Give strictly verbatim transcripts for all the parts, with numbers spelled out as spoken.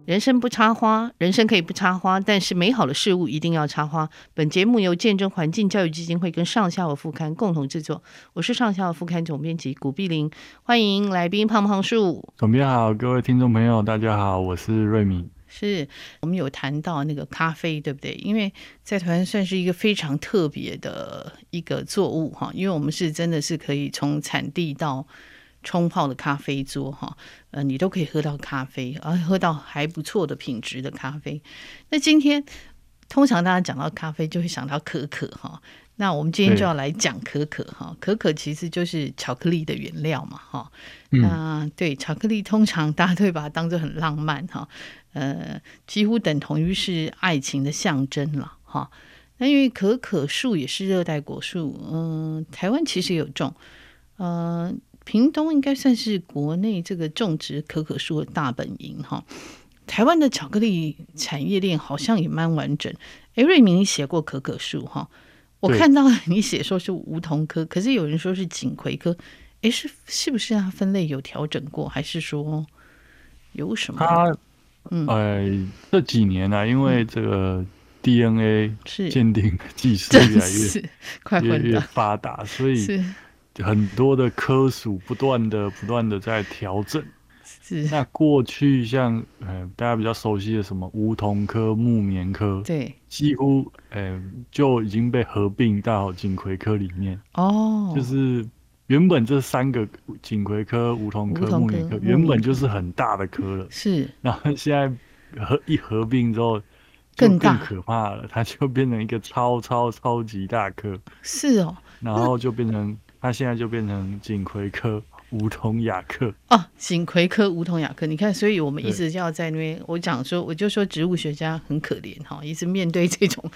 人生不插花，人生可以不插花，但是美好的事物一定要插花。本节目由见证环境教育基金会跟上下游副刊共同制作，我是上下游副刊总编辑古碧玲，欢迎来宾胖胖树。 总编好，各位听众朋友，大家好，我是瑞敏。 是我们有谈到那个咖啡，对不对？因为在台湾算是一个非常特别的一个作物哈，因为我们是真的是可以从产地到冲泡的咖啡桌哈，呃，你都可以喝到咖啡，而喝到还不错的品质的咖啡。那今天通常大家讲到咖啡就会想到可可哈，那我们今天就要来讲可可哈。可可其实就是巧克力的原料嘛哈。那、嗯、对巧克力，通常大家都会把它当作很浪漫哈，呃，几乎等同于是爱情的象征了哈。那因为可可树也是热带果树，嗯、呃，台湾其实有种，呃。屏东应该算是国内这个种植可可树的大本营哈。台湾的巧克力产业链好像也蛮完整。哎，瑞明，你写过可可树哈？我看到你写说是梧桐科，可是有人说是锦葵科。哎，是是不是它分类有调整过，还是说有什么？ 它嗯呃这几年啊，因为这个 D N A 鉴定技术越来越快越越发达，所以很多的科属不断的不断的在调整。 是那过去像呃大家比较熟悉的什么梧桐科、木棉科， 对， 几乎呃就已经被合并到锦葵科里面。 哦， 就是原本这三个锦葵科、梧桐科、木棉科原本就是很大的科了， 是， 然后现在合一合并之后就更可怕了，它就变成一个超超超级大科。 是哦， 然后就变成它现在就变成锦葵科梧桐亚科哦，锦葵科梧桐亚科，你看，所以我们一直就要在那边，我讲说，我就说植物学家很可怜哈，一直面对这种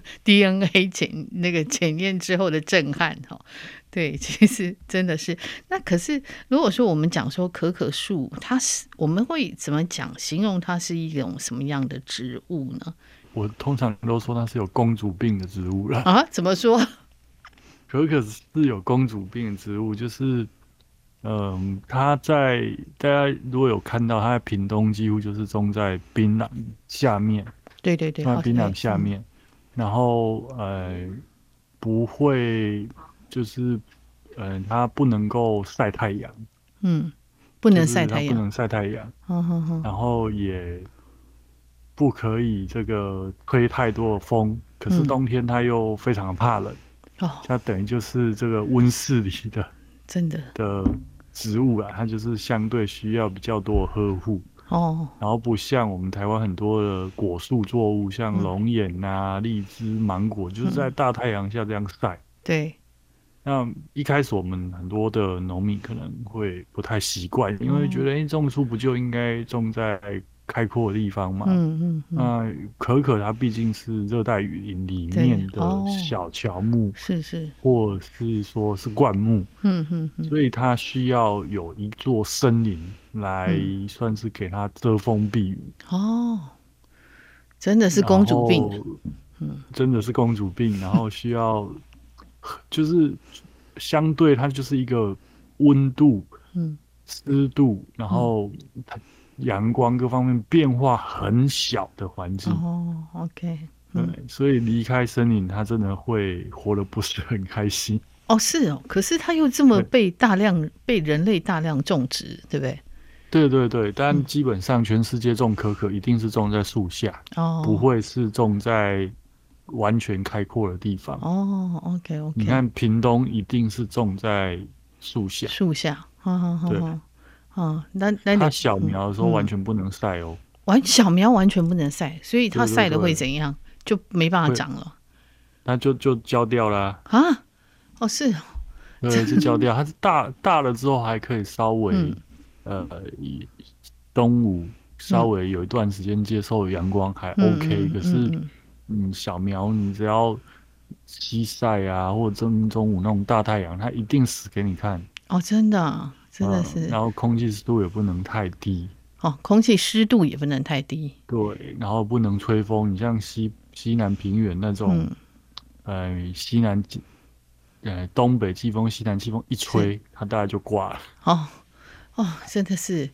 D N A 检那个检验之后的震撼哈。对，其实真的是。那可是如果说我们讲说可可树，它是我们会怎么讲形容它是一种什么样的植物呢？ 我通常都说它是有公主病的植物了啊？怎么说？ 可可是有公主病的植物，就是嗯，它在大家如果有看到，它在屏东几乎就是种在槟榔下面， 对对对， 种在槟榔下面，嗯、然后呃不会就是呃它不能够晒太阳， 嗯，不能晒太阳， 不能晒太阳， 嗯哼哼， 然后也不可以这个吹太多的风，可是冬天它又非常怕冷。哦，它等于就是这个温室里的真的的植物啊，它就是相对需要比较多的呵护哦。然后不像我们台湾很多的果树作物，像龙眼啊、荔枝、芒果，就是在大太阳下这样晒。 对。 那一开始我们很多的农民可能会不太习惯，因为觉得哎，种树不就应该种在开阔的地方嘛，嗯嗯嗯，那可可它毕竟是热带雨林里面的小乔木， 是是， 或是说是灌木，嗯嗯嗯，所以它需要有一座森林来算是给它遮风避雨。 哦，真的是公主病， 嗯，真的是公主病，然后需要就是相对它就是一个温度，嗯，湿度，然后它。阳光各方面变化很小的环境哦 ，OK， 嗯、对，所以离开森林，它真的会活得不是很开心。 哦，是哦，可是它又这么被大量被人类大量种植，对不对？ 对对对，但基本上全世界种可可一定是种在树下，哦，不会是种在完全开阔的地方。 哦 ，OK OK， 你看屏东一定是种在树下， 树下，好好好， 对。 哦，那那它小苗的时候完全不能晒哦， 完小苗完全不能晒，所以它晒了会怎样？对对对，就没办法长了， 它就就焦掉啦。 啊？哦，是哦， 对，就焦掉。它是大大了之后还可以稍微、嗯、呃，中午稍微有一段时间接受阳光还 OK，、嗯、可是嗯小苗你只要西晒啊，或者中中午那种大太阳，它一定死给你看。 哦，真的、啊。真的是、 嗯，然后空气湿度也不能太低哦，空气湿度也不能太低。 对，然后不能吹风。你像西西南平原那种，嗯、呃，西南呃东北季风、西南季风一吹，它大概就挂了。 哦哦，真的是。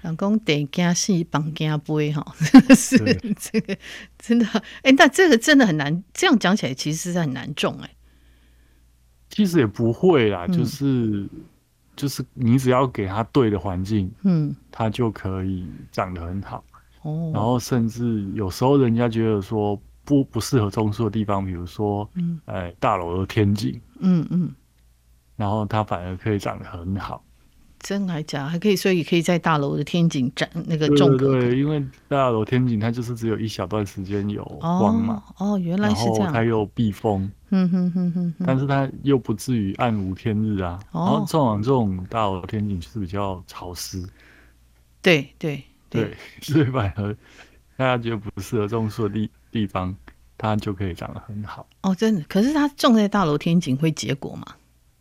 老公得加戏绑加杯哈，真的是这个真的哎、欸，那这个真的很难，这样讲起来其实是很难种哎、欸。 其实也不会啦， 嗯、 就是就是你只要给它对的环境， 嗯， 它就可以长得很好。 哦， 然后甚至有时候人家觉得说不不适合种树的地方，比如说，嗯，呃，大楼的天井， 嗯嗯， 然后它反而可以长得很好。 真还假？还可以，所以可以在大楼的天井长那个对种可可。 对对，因为大楼天井它就是只有一小段时间有光嘛， 哦哦，原来然是这样。 后它又避风， 嗯哼哼哼哼。 但是它又不至于暗无天日啊。然后哦， 通常这种大楼天井就是比较潮湿， 对对对。 对，所以反而大家觉得不适合种树的地地方，它就可以长得很好。 哦，真的。可是它种在大楼天井会结果吗？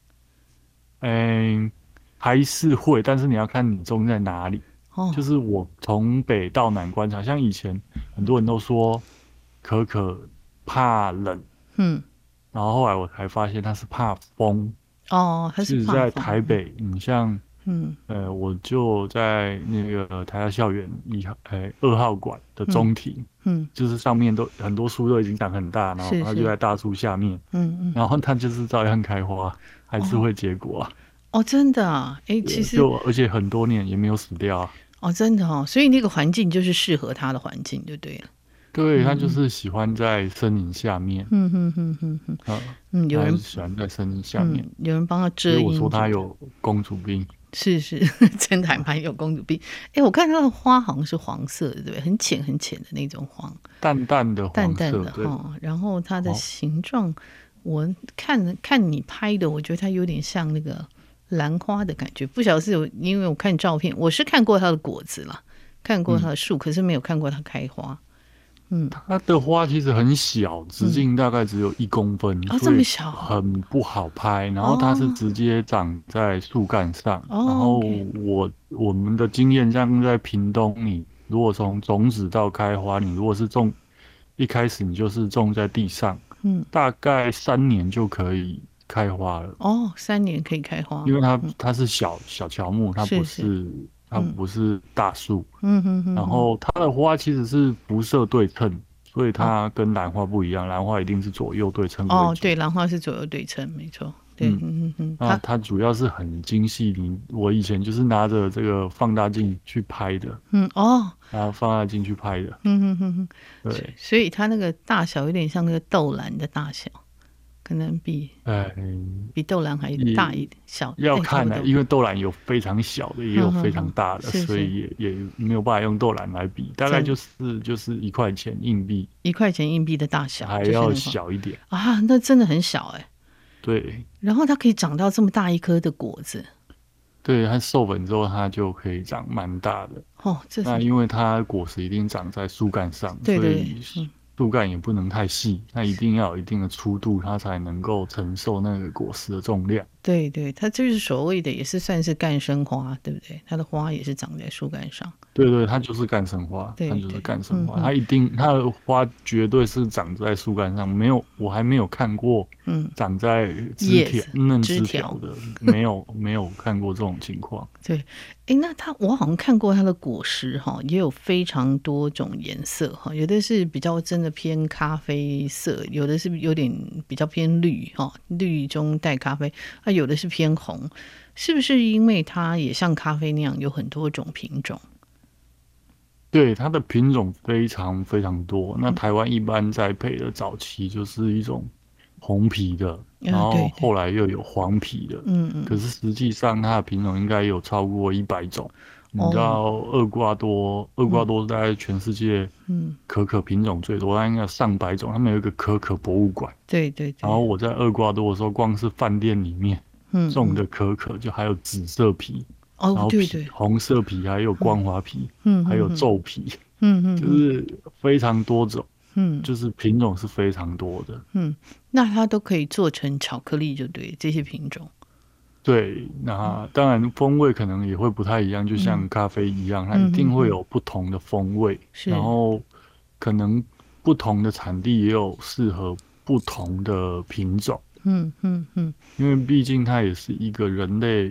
嗯，还是会，但是你要看你种在哪里。 哦， 就是我从北到南观察，像以前很多人都说可可怕冷， 嗯， 然后后来我才发现它是怕风。 哦，它是其实，在怕风。 台北，你像嗯呃，我就在那个台大校园一号呃二号馆的中庭， 嗯， 就是上面都很多树都已经长很大，然后是是。 它就在大树下面， 嗯嗯， 然后它就是照样开花，还是哦会结果啊。 哦，真的啊，哎，其实就而且很多年也没有死掉啊。 哦，真的哦，所以那个环境就是适合它的环境，就对了。 对，它就是喜欢在森林下面， 嗯哼哼哼哼。 嗯， 嗯，有人它是喜欢在森林下面， 嗯，有人帮他遮阴。 所以我说它有公主病。 是是，真的还蛮有公主病。哎，我看它的花好像是黄色的，对不对？很浅很浅的那种黄， 淡淡的黄色， 淡淡的哈。然后它的形状，我看看你拍的，我觉得它有点像那个兰花的感觉。不晓得是有，因为我看照片，我是看过它的果子啦，看过它的树，嗯、可是没有看过它开花。嗯， 它的花其实很小，直径大概只有一公分， 哦，这么小， 很不好拍。然后它是直接长在树干上。 哦、 然后我我们的经验，像在屏东，你如果从种子到开花，你如果是种一开始你就是种在地上，嗯，大概三年就可以开花了。 哦，三年可以开花， 因为它、嗯、它是小小乔木，它不是。 是是它不是大树， 嗯哼哼， 然后它的花其实是辐射对称，所以它跟兰花不一样，兰花一定是左右对称为主。 哦，对，兰花是左右对称，没错。对，嗯嗯嗯。 那它主要是很精细，你我以前就是拿着这个放大镜去拍的。嗯哦，拿放大镜去拍的。 嗯哼哼哼。 对， 所以它那个大小有点像那个豆兰的大小。可能比嗯比豆兰还大一点，小要看呢、啊，因为豆兰有非常小的，也有非常大的， 嗯、 所以也也没有办法用豆兰来比，大概就是就是一块钱硬币， 一块钱硬币的大小， 还要小一点、 就是、啊，那真的很小哎、欸。 对， 然后它可以长到这么大一颗的果子。 对，它授粉之后，它就可以长蛮大的。哦，这那因为它果实一定长在树干上， 对对对， 所以树干也不能太细，它一定要有一定的粗度，它才能够承受那个果实的重量。 对对，它就是所谓的，也是算是干生花，对不对？它的花也是长在树干上。 对对，它就是干生花，它就是干生花， 嗯、 它一定它的花绝对是长在树干上，没有我还没有看过，嗯，长在枝条嫩枝条的，没有没有看过这种情况。 对，哎，那它我好像看过它的果实哈，也有非常多种颜色哈，有的是比较真的偏咖啡色，有的是有点比较偏绿哈，绿中带咖啡，啊，有的是偏红，是不是因为它也像咖啡那样有很多种品种？ 对，它的品种非常非常多。那台湾一般栽培的早期就是一种红皮的，然后后来又有黄皮的。嗯嗯。可是实际上它的品种应该有超过一百种。你知道厄瓜多，厄瓜多在全世界可可品种最多，它应该有上百种。他们有一个可可博物馆。 对对对。 然后我在厄瓜多的时候，光是饭店里面种的可可，就还有紫色皮。 哦， 然后对对， 红色皮还有光滑皮，嗯，还有皱皮， 嗯嗯， 就是非常多种，嗯，就是品种是非常多的， 嗯，那它都可以做成巧克力，就对这些品种。 对，那当然风味可能也会不太一样，就像咖啡一样，它一定会有不同的风味，然后可能不同的产地也有适合不同的品种，嗯嗯嗯，因为毕竟它也是一个人类。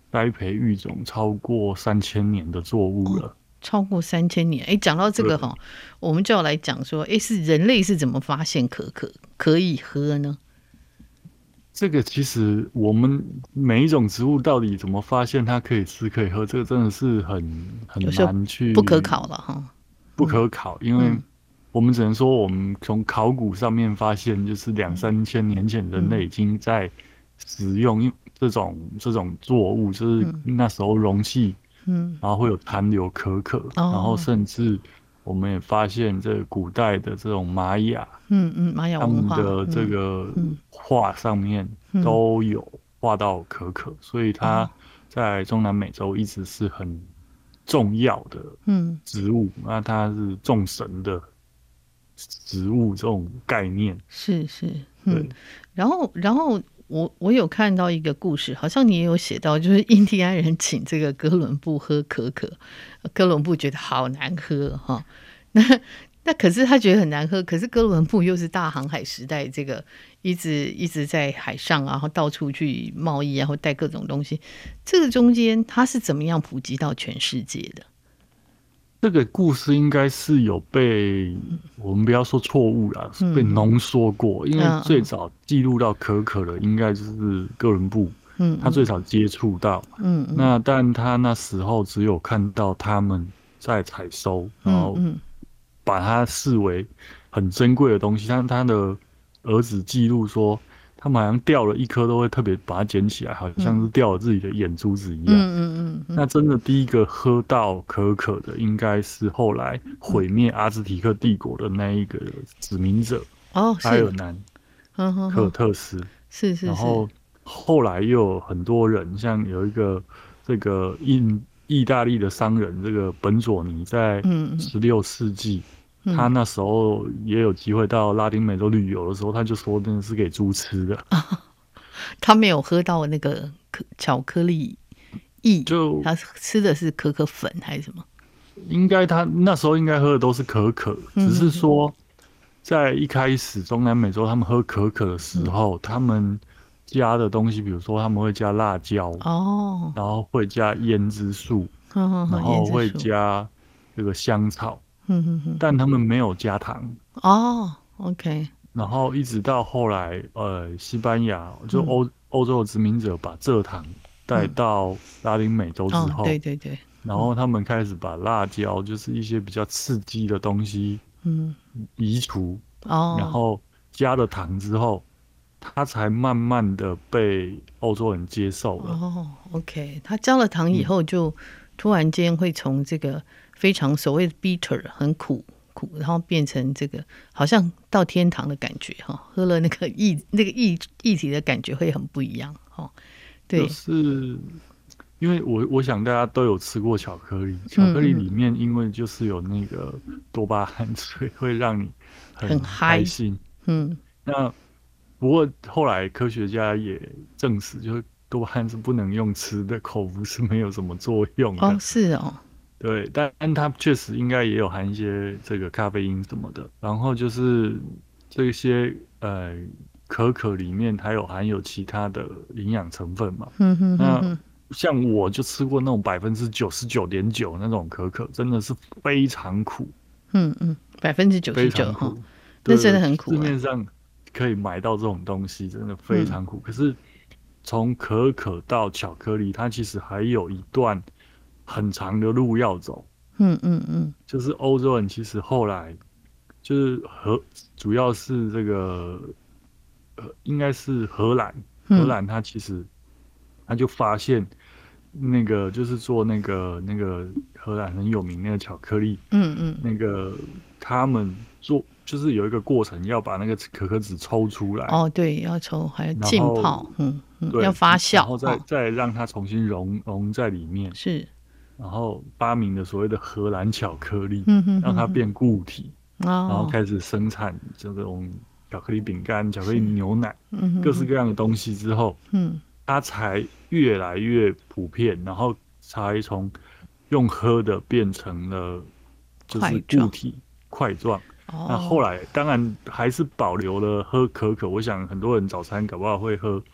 栽培育种超过三千年的作物了。哦， 超过三千年。哎，讲到这个哈，我们就要来讲说，哎，是人类是怎么发现可可可以喝呢？ 这个其实我们每一种植物到底怎么发现它可以吃可以喝，这个真的是很很难去不可考了哈， 不可考，嗯，因为我们只能说我们从考古上面发现，就是两三千年前人类已经在使用这种这种作物，就是那时候容器，嗯，然后会有残留可可，嗯，然后甚至我们也发现这古代的这种玛雅， 嗯嗯，玛雅文化， 他们的这个画上面都有画到可可，嗯，所以它在中南美洲一直是很重要的植物，嗯，那它是众神的植物这种概念， 是是，嗯，对。然后然后我我有看到一个故事，好像你也有写到，就是印第安人请这个哥伦布喝可可，哥伦布觉得好难喝哈，那那可是他觉得很难喝，可是哥伦布又是大航海时代，这个一直一直在海上啊，然后到处去贸易，然后带各种东西，这个中间他是怎么样普及到全世界的？ 这个故事应该是有被我们不要说错误啦，是被浓缩过，因为最早记录到可可的应该就是哥伦布，嗯，他最早接触到，嗯，那但他那时候只有看到他们在采收，然后把它视为很珍贵的东西。但他的儿子记录说，他们好像掉了一颗都会特别把它捡起来，好像是掉了自己的眼珠子一样。嗯嗯嗯。那真的第一个喝到可可的，应该是后来毁灭阿兹提克帝国的那一个殖民者哦，埃尔南科尔特斯。是是是。然后后来又有很多人，像有一个这个印意大利的商人，这个本佐尼，在十六世纪。嗯，他那时候也有机会到拉丁美洲旅游的时候，他就说那是给猪吃的。啊， 他没有喝到那个巧克力液， 就他吃的是可可粉还是什么？ 应该他那时候应该喝的都是可可，只是说在一开始中南美洲他们喝可可的时候，嗯，他们加的东西，比如说他们会加辣椒哦，然后会加胭脂素，然后会加这个香草。但他们没有加糖哦 ，OK。 然后一直到后来，呃，西班牙就欧欧洲的殖民者把蔗糖带到拉丁美洲之后， 对对对， 然后他们开始把辣椒，就是一些比较刺激的东西，嗯，移除哦，然后加了糖之后，它才慢慢的被欧洲人接受了。 哦 ，OK， 他加了糖以后，就突然间会从这个。非常所谓的 bitter 很苦苦，然后变成这个好像到天堂的感觉哈，喝了那个液那个液液体的感觉会很不一样哈。对， 就是因为我我想大家都有吃过巧克力，巧克力里面因为就是有那个多巴胺，所以会让你很开心。嗯，那不过后来科学家也证实，就是多巴胺是不能用吃的，口服是没有什么作用的。 哦，是哦。 对，但它确实应该也有含一些这个咖啡因什么的，然后就是这些呃可可里面还有含有其他的营养成分嘛。嗯哼哼哼。那像我就吃过那种百分之九十九点九那种可可，真的是非常苦。 嗯嗯，百分之九十九哈，那真的很苦。 市面上可以买到这种东西，真的非常苦。嗯，可是从可可到巧克力，它其实还有一段很长的路要走。嗯嗯嗯，就是欧洲人其实后来就是荷，主要是这个呃，应该是荷兰，荷兰它其实他就发现那个就是做那个那个荷兰很有名那个巧克力，嗯嗯，那个他们做就是有一个过程，要把那个可可脂抽出来。 哦，对，要抽，还有浸泡，嗯嗯，要发酵， 然后再、哦、再让它重新溶溶在里面。 是。 然后发明的所谓的荷兰巧克力，嗯、哼哼哼让它变固体，哦、然后开始生产这种巧克力饼干、巧克力牛奶，嗯、哼哼各式各样的东西之后，嗯，它才越来越普遍，然后才从用喝的变成了就是固体块状。那后来当然还是保留了喝可可，我想很多人早餐搞不好会喝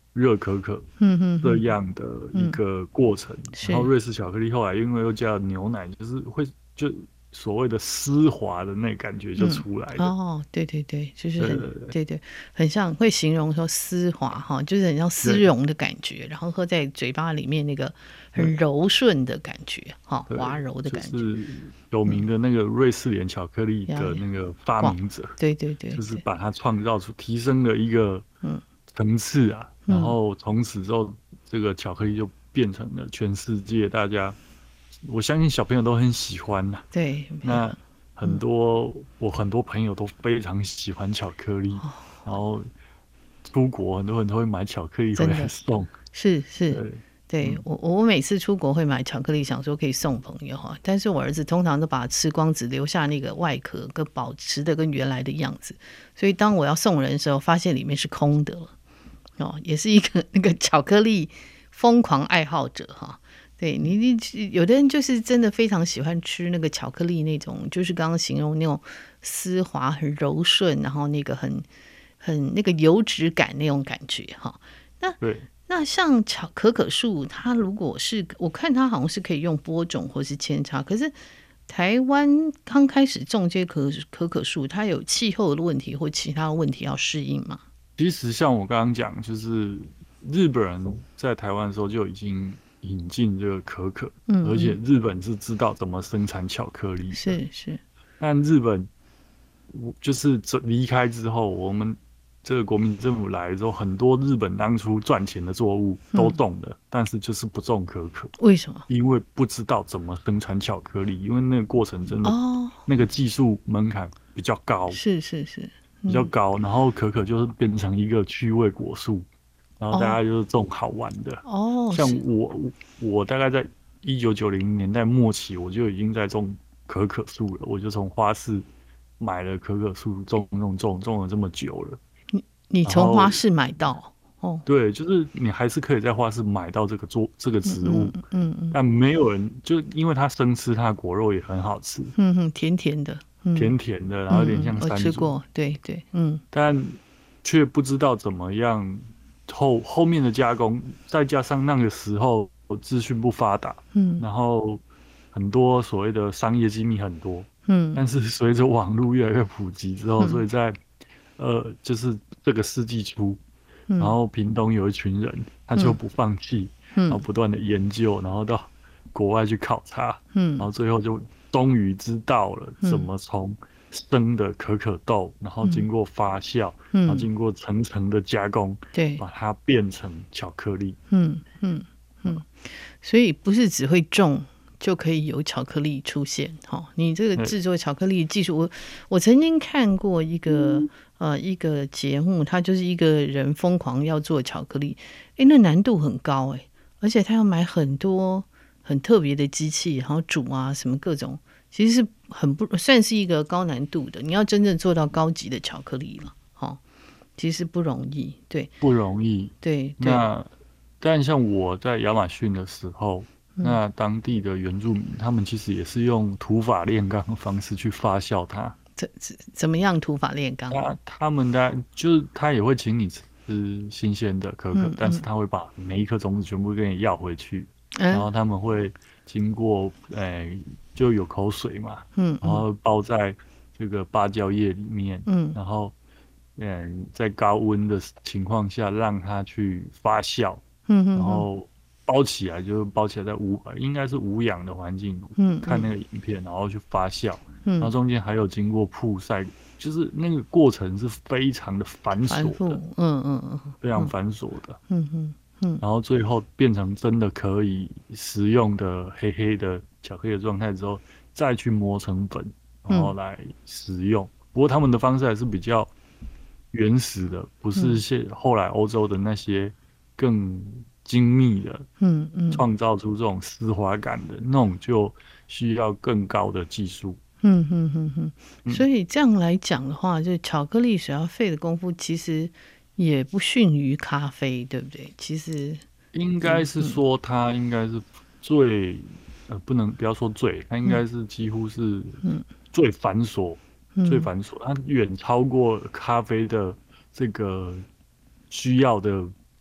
热可可这样的一个过程。然后瑞士巧克力后来因为又加了牛奶，就是会就所谓的丝滑的那感觉就出来了。 嗯、哦，对对对，就是很对 对, 对对，很像会形容说丝滑哈，就是很像丝绒的感觉，然后喝在嘴巴里面那个很柔顺的感觉哈，滑柔的感觉。 就是有名的那个瑞士莲巧克力的那个发明者， 对对对， 就是把它创造出提升了一个层次啊，嗯、然后从此之后，这个巧克力就变成了全世界大家。我相信小朋友都很喜欢呐、啊。 对， 那很多、嗯、我很多朋友都非常喜欢巧克力，哦、然后出国很多人都会买巧克力回来送。 是是，对，对嗯、我我每次出国会买巧克力，想说可以送朋友哈，但是我儿子通常都把它吃光，只留下那个外壳，跟保持的跟原来的样子。所以当我要送人的时候，发现里面是空的了。哦，也是一个那个巧克力疯狂爱好者哈。对你，你有的人就是真的非常喜欢吃那个巧克力那种，就是刚刚形容那种丝滑、很柔顺，然后那个很很那个油脂感那种感觉哈。那对， 那像巧可可树，它如果是我看它好像是可以用播种或是扦插，可是台湾刚开始种这些可可可树，它有气候的问题或其他的问题要适应吗？ 其实像我刚刚讲，就是日本人在台湾的时候就已经引进这个可可，嗯嗯而且日本是知道怎么生产巧克力的， 是是。 但日本就是离开之后，我们这个国民政府来之后，很多日本当初赚钱的作物都种了，嗯、但是就是不种可可。 为什么？ 因为不知道怎么生产巧克力，因为那个过程真的，哦、那个技术门槛比较高。 是是是。 比较高，然后可可就是变成一个趣味果树，然后大家就是种好玩的。哦，像我，我大概在一九九零年代末期，我就已经在种可可树了。我就从花市买了可可树，种种种种了这么久了。 你你从花市买到？哦， 对，就是你还是可以在花市买到这个做这个植物， 嗯 嗯, 嗯， 但没有人就因为它生吃，它的果肉也很好吃， 嗯哼，甜甜的。 甜甜的，然后有点像山竹、嗯、 我吃过，对对，嗯， 但却不知道怎么样后后面的加工，再加上那个时候资讯不发达，嗯，然后很多所谓的商业机密很多，嗯，但是随着网络越来越普及之后，嗯、所以在呃就是这个世纪初，嗯、然后屏东有一群人，他就不放弃，嗯、然后不断的研究，然后到国外去考察，嗯，然后最后就。终于知道了怎么从生的可可豆，嗯、然后经过发酵，嗯、然后经过层层的加工，对，把它变成巧克力。嗯嗯嗯，所以不是只会种就可以有巧克力出现。哈，你这个制作巧克力技术，我我曾经看过一个、嗯、呃一个节目，他就是一个人疯狂要做巧克力，哎，那难度很高哎，而且他要买很多。很特别的机器，然后煮啊什么各种，其实是很不算是一个高难度的。你要真正做到高级的巧克力了，哈，其实不容易，对， 不容易， 对。 对那但像我在亚马逊的时候，嗯、那当地的原住民他们其实也是用土法炼钢的方式去发酵它。 怎怎么样土法炼钢？ 他他们的就是他也会请你吃新鲜的可可，嗯嗯、但是他会把每一颗种子全部给你要回去。然后他们会经过，诶、欸，就有口水嘛，嗯，然后包在这个芭蕉叶里面，嗯，然后，嗯，在高温的情况下让它去发酵，嗯，然后包起来，就是包起来在无应该是无氧的环境，嗯，看那个影片，然后去发酵，嗯，然后中间还有经过曝晒，就是那个过程是非常的繁琐的， 嗯嗯嗯， 非常繁琐的， 嗯嗯。 嗯、然后最后变成真的可以食用的黑黑的巧克力的状态之后，再去磨成粉，然后来食用。嗯、不过他们的方式还是比较原始的，不是现后来欧洲的那些更精密的，嗯嗯，创造出这种丝滑感的那种，就需要更高的技术。 嗯嗯嗯嗯。所以这样来讲的话，就巧克力所要费的功夫，其实。也不逊于咖啡，对不对？其实应该是说，它应该是最、嗯、呃，不能不要说最，它应该是几乎是最繁琐、嗯、最繁琐，它远超过咖啡的这个需要的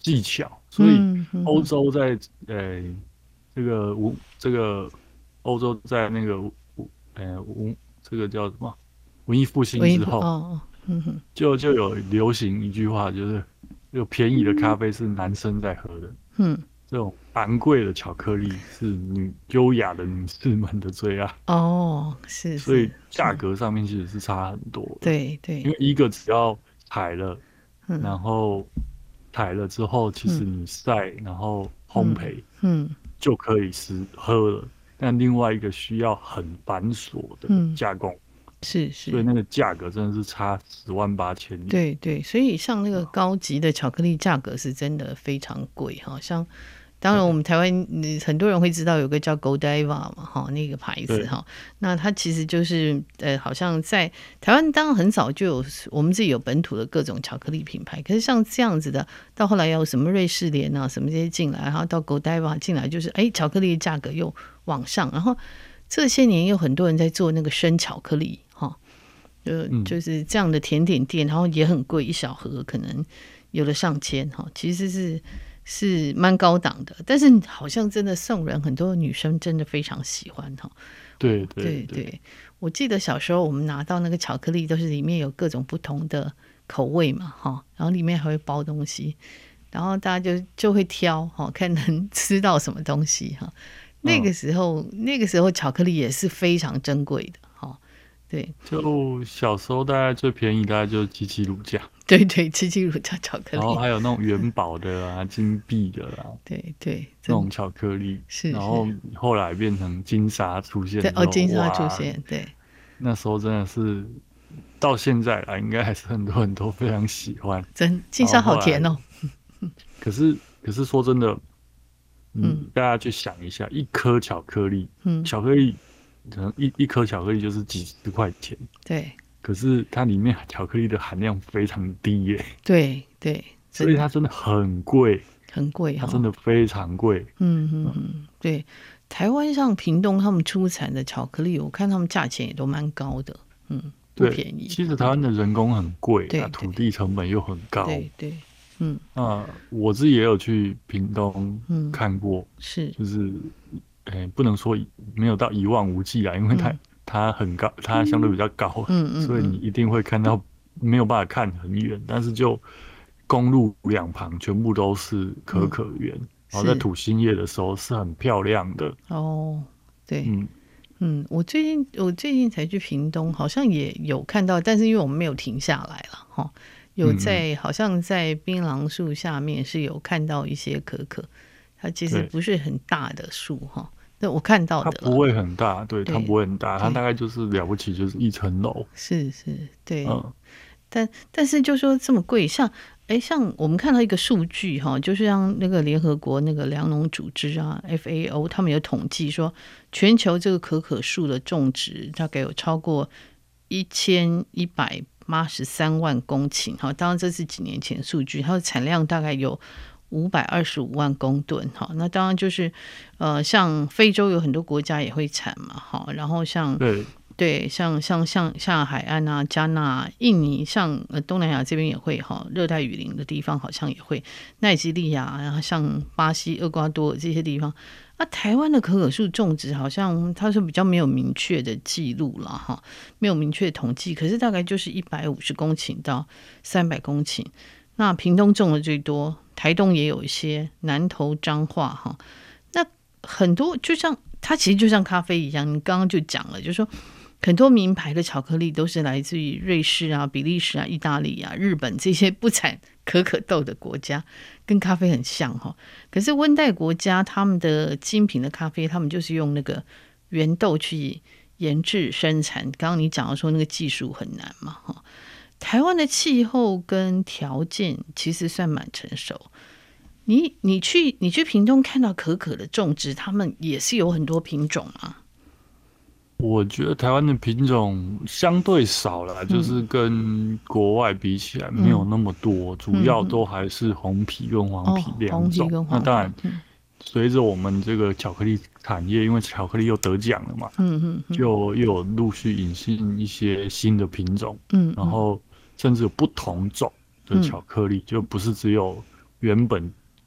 技巧，所以嗯嗯欧洲在呃这个文这个欧洲在那个呃文这个叫什么文艺复兴文艺复哦之后， 哦，嗯哼， 就就有流行一句话，就是有便宜的咖啡是男生在喝的， 嗯， 这种昂贵的巧克力是女优雅的女士们的最爱， 哦，是所以是， 价格上面其实是差很多的。 对对， 因为一个只要采了， 嗯然后采了之后，其实嗯你晒，然后烘嗯焙嗯就可以吃喝了。但另外一个需要很繁琐的嗯， 加工， 是是， 所以那个价格真的是差十万八千里。 对对，所以像那个高级的巧克力价格是真的非常贵哈，像。当然，我们台湾嗯很多人会知道有个叫 Godiva 嘛，哈，那个牌子对哈，那它其实就是呃，好像在台湾当然很早就有我们自己有本土的各种巧克力品牌，可是像这样子的，到后来要有什么瑞士莲啊什么这些进来，然后到 Godiva 进来，就是哎，巧克力的价格又往上，然后这些年有很多人在做那个生巧克力哈，就嗯， 就是这样的甜点店，然后也很贵，一小盒可能有了上千哈，其实是。是蛮高档的，但是好像真的送人，很多女生真的非常喜欢哈。 对对对对， 对，我记得小时候我们拿到那个巧克力，都是里面有各种不同的口味嘛，哈，然后里面还会包东西，然后大家就就会挑哈，看能吃到什么东西哈。那个嗯， 时候，那个时候巧克力也是非常珍贵的哈。对就小时候大概最便宜大概就是七七乳加， 对对，七七乳加巧克力， 然后还有那种元宝的啊、金币的啊对对，真那种巧克力， 是是， 然后后来变成金沙出现对哦， 之后， 金沙出哇， 现，对。 那时候真的是到现在啊，应该还是很多人都非常喜欢。 真金沙然后后来， 好甜哦。 可是可是说真的，嗯， 嗯大家去想一下，一颗巧克力， 嗯， 巧克力可能一一颗巧克力就是几十块钱， 对可是它里面巧克力的含量非常低耶， 对对， 所以它真的很贵， 很贵哈、 它真的非常贵。 嗯嗯嗯，对。台湾像屏东他们出产的巧克力，我看他们价钱也都蛮高的，嗯，不对， 便宜。 其实台湾的人工很贵， 对那土地成本又很高。 对对，嗯那我自己也有去屏东嗯， 看过， 是， 就是，诶、不能说没有到一望无际啊，因为它、 嗯它很高，它相对比较高， 嗯嗯所以你嗯， 一定会看到没有办法看很远，但是就公路两旁全部都是可可园，然后在是吐新叶的时候是很漂亮的， 哦，对， 嗯， 嗯，我最近我最近才去屏东，好像也有看到，但是因为我们没有停下来了哈，有嗯嗯， 在好像在槟榔树下面是有看到一些可可，它其实对， 不是很大的树哈，那我看到的了， 它不会很大，对，它不对会很大，它对， 大概就是了不起就是一层楼， 是是，对， 嗯， 但但是就说这么贵，像哎，像我们看到一个数据哈，就是像那个联合国那个粮农组织啊 F A O，他们有统计说，全球这个可可树的种植大概有超过一千一百八十三万公顷哈，当然这是几年前数据，它的产量大概有五百二十五万公吨哈，那当然就是呃，像非洲有很多国家也会产嘛哈，然后像对， 对，像像像像海岸啊、加纳、印尼，像呃东南亚这边也会哈，热带雨林的地方好像也会，奈及利亚，然后像巴西、厄瓜多尔这些地方，啊，台湾的可可树种植好像它是比较没有明确的记录了哈，没有明确的统计，可是大概就是一百五十公顷到三百公顷，那屏东种的最多，台东也有一些，南投、彰化哈，那很多就像它其实就像咖啡一样，你刚刚就讲了，就是说。很多名牌的巧克力都是来自于瑞士啊、比利时啊、意大利啊、日本这些不产可可豆的国家，跟咖啡很像哈。可是温带国家他们的精品的咖啡，他们就是用那个原豆去研制生产。刚刚你讲的说那个技术很难嘛哈。台湾的气候跟条件其实算蛮成熟。你你去你去屏东看到可可的种植，他们也是有很多品种啊。 我觉得台湾的品种相对少了， 嗯就是跟国外比起来没有那么多，主要都还是红皮跟黄皮哦， 两红皮种。 跟黄皮， 那当然， 嗯随着我们这个巧克力产业，因为巧克力又得奖了嘛， 嗯嗯嗯就又有陆续引进一些新的品种， 嗯， 然后甚至有不同种的巧克力，就不是只有原本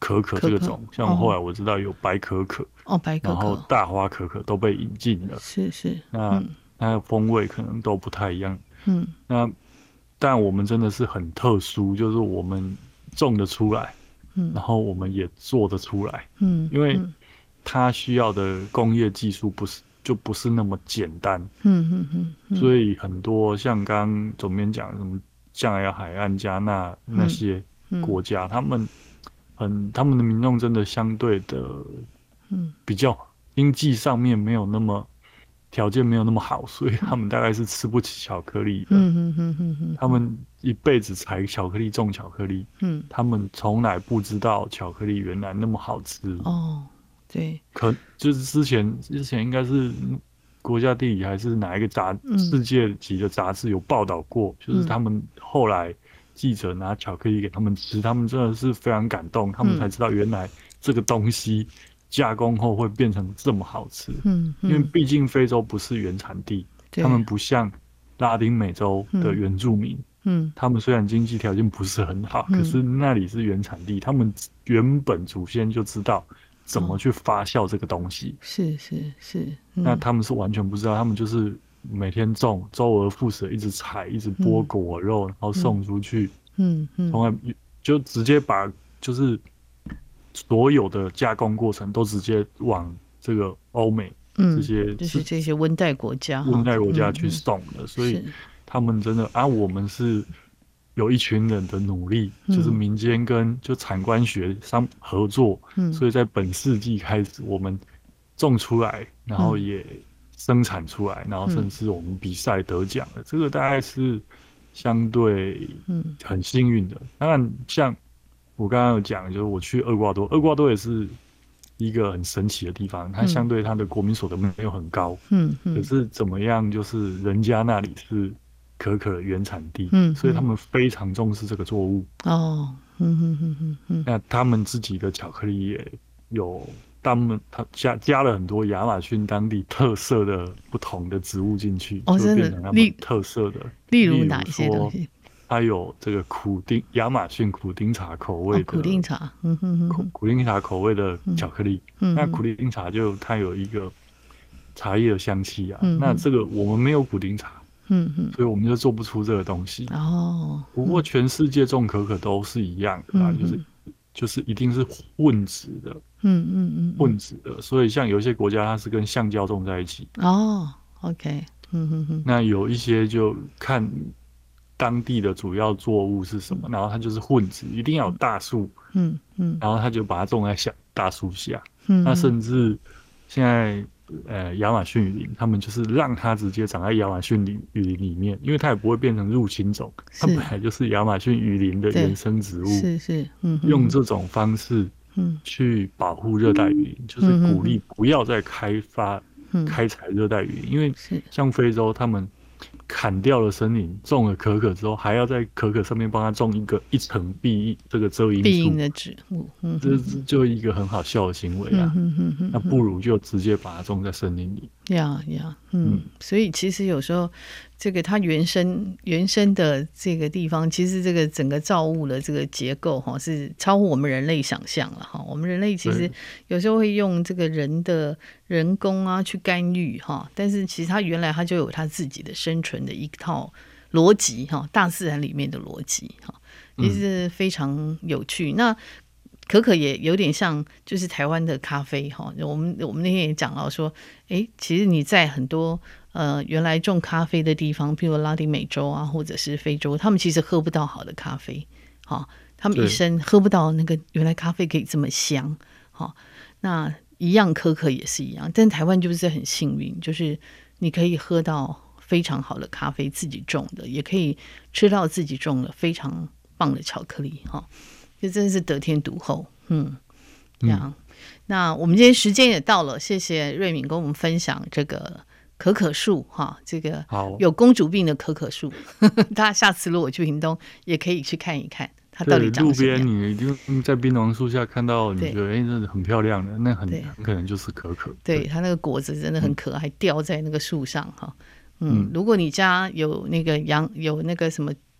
可可这个种，像我后来我知道有白可可， 哦，白可可， 然后大花可可都被引进了， 是是， 那、嗯、它的风味可能都不太一样。 嗯， 那但我们真的是很特殊，就是我们种得出来，嗯，然后我们也做得出来，嗯，因为它需要的工业技术不是就不是那么简单，嗯嗯嗯，所以很多像刚刚总编讲什么象牙海岸、加纳那些国家，嗯、他们很他们的民众真的相对的，嗯，比较经济上面没有那么条件没有那么好，所以他们大概是吃不起巧克力的。嗯嗯嗯嗯，他们一辈子采巧克力种巧克力，嗯，他们从来不知道巧克力原来那么好吃。 哦，对， 可就是之前之前应该是国家地理还是哪一个杂、嗯、世界级的杂志有报道过，就是他们后来记者拿巧克力给他们吃，他们真的是非常感动，他们才知道原来这个东西加工后会变成这么好吃。嗯，嗯因为毕竟非洲不是原产地，他们不像拉丁美洲的原住民，嗯，他们虽然经济条件不是很好，嗯、可是那里是原产地，他们原本祖先就知道怎么去发酵这个东西。哦、 是是是、嗯， 那他们是完全不知道，他们就是每天种，周而复始，一直采，一直剥果肉，嗯、然后送出去，嗯嗯，从来就直接把就是所有的加工过程都直接往这个欧美。嗯，这些就是这些温带国家， 温带国家去送的，嗯、所以他们真的啊，我们是有一群人的努力，嗯、就是民间跟就产官学商合作，嗯，所以在本世纪开始，我们种出来，然后也生产出来，嗯、然后甚至我们比赛得奖了，嗯、这个大概是相对嗯很幸运的。当然，像我刚刚有讲，就是我去厄瓜多，厄瓜多也是一个很神奇的地方，它相对它的国民所得没有很高，嗯嗯，可是怎么样，就是人家那里是可可原产地，嗯，所以他们非常重视这个作物。哦，嗯嗯嗯嗯嗯，那他们自己的巧克力也有，他们他加加了很多亚马逊当地特色的不同的植物进去，哦，就变成他们特色的。 例如哪些东西？ 它有这个苦丁亚马逊苦丁茶口味的、 哦、苦丁茶，嗯哼哼苦苦丁茶口味的巧克力。嗯、那苦丁茶就它有一个茶叶的香气啊。嗯、那这个我们没有苦丁茶，嗯哼，所以我们就做不出这个东西。哦，不过全世界种可可都是一样的啦，嗯、就是就是一定是混植的，嗯嗯嗯，混植的。所以像有一些国家它是跟橡胶种在一起。 哦 ，OK， 嗯哼哼。 那有一些就看当地的主要作物是什么，然后它就是混植，一定要有大树，嗯嗯，然后他就把它种在小大树下，嗯，那甚至现在呃亚马逊雨林，他们就是让它直接长在亚马逊雨林里面，因为它也不会变成入侵种，它本来就是亚马逊雨林的原生植物， 是是，嗯， 用这种方式，嗯，去保护热带雨林，嗯、就是鼓励不要再开发、嗯、开采热带雨林，因为像非洲他们砍掉了森林，种了可可之后，还要在可可上面帮他种一个一层避这个遮阴树， 避阴的植物，嗯， 这就一个很好笑的行为啊。嗯嗯嗯、那不如就直接把它种在森林里。 呀呀，嗯，嗯所以其实有时候这个它原生原生的这个地方，其实这个整个造物的这个结构哈，是超乎我们人类想象了哈。我们人类其实有时候会用这个人的人工啊去干预哈，但是其实它原来它就有它自己的生存的一套逻辑哈，大自然里面的逻辑哈，其实非常有趣。嗯、那可可也有点像就是台湾的咖啡哈，我们我们那天也讲到说，哎，其实你在很多呃原来种咖啡的地方，譬如拉丁美洲啊，或者是非洲，他们其实喝不到好的咖啡，哈，他们一生喝不到那个原来咖啡可以这么香，哈，那一样可可也是一样，但台湾就是很幸运，就是你可以喝到非常好的咖啡，自己种的，也可以吃到自己种的非常棒的巧克力，哈。就真的是得天独厚，嗯，这样。嗯、那我们今天时间也到了，谢谢瑞敏跟我们分享这个可可树哈，这个有公主病的可可树，大家下次如果去屏东也可以去看一看，它到底长什么样。 路边你一定在槟榔树下看到，你觉得哎，真的很漂亮的，那很很可能就是可可。 对，它那个果子真的很可爱，嗯、掉在那个树上哈。嗯，嗯如果你家有那个养有那个什么。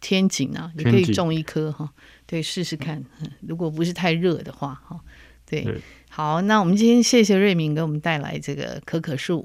天井啊，你可以种一棵哈，对，试试看。如果不是太热的话哈，对，对，好，那我们今天谢谢瑞敏给我们带来这个可可树。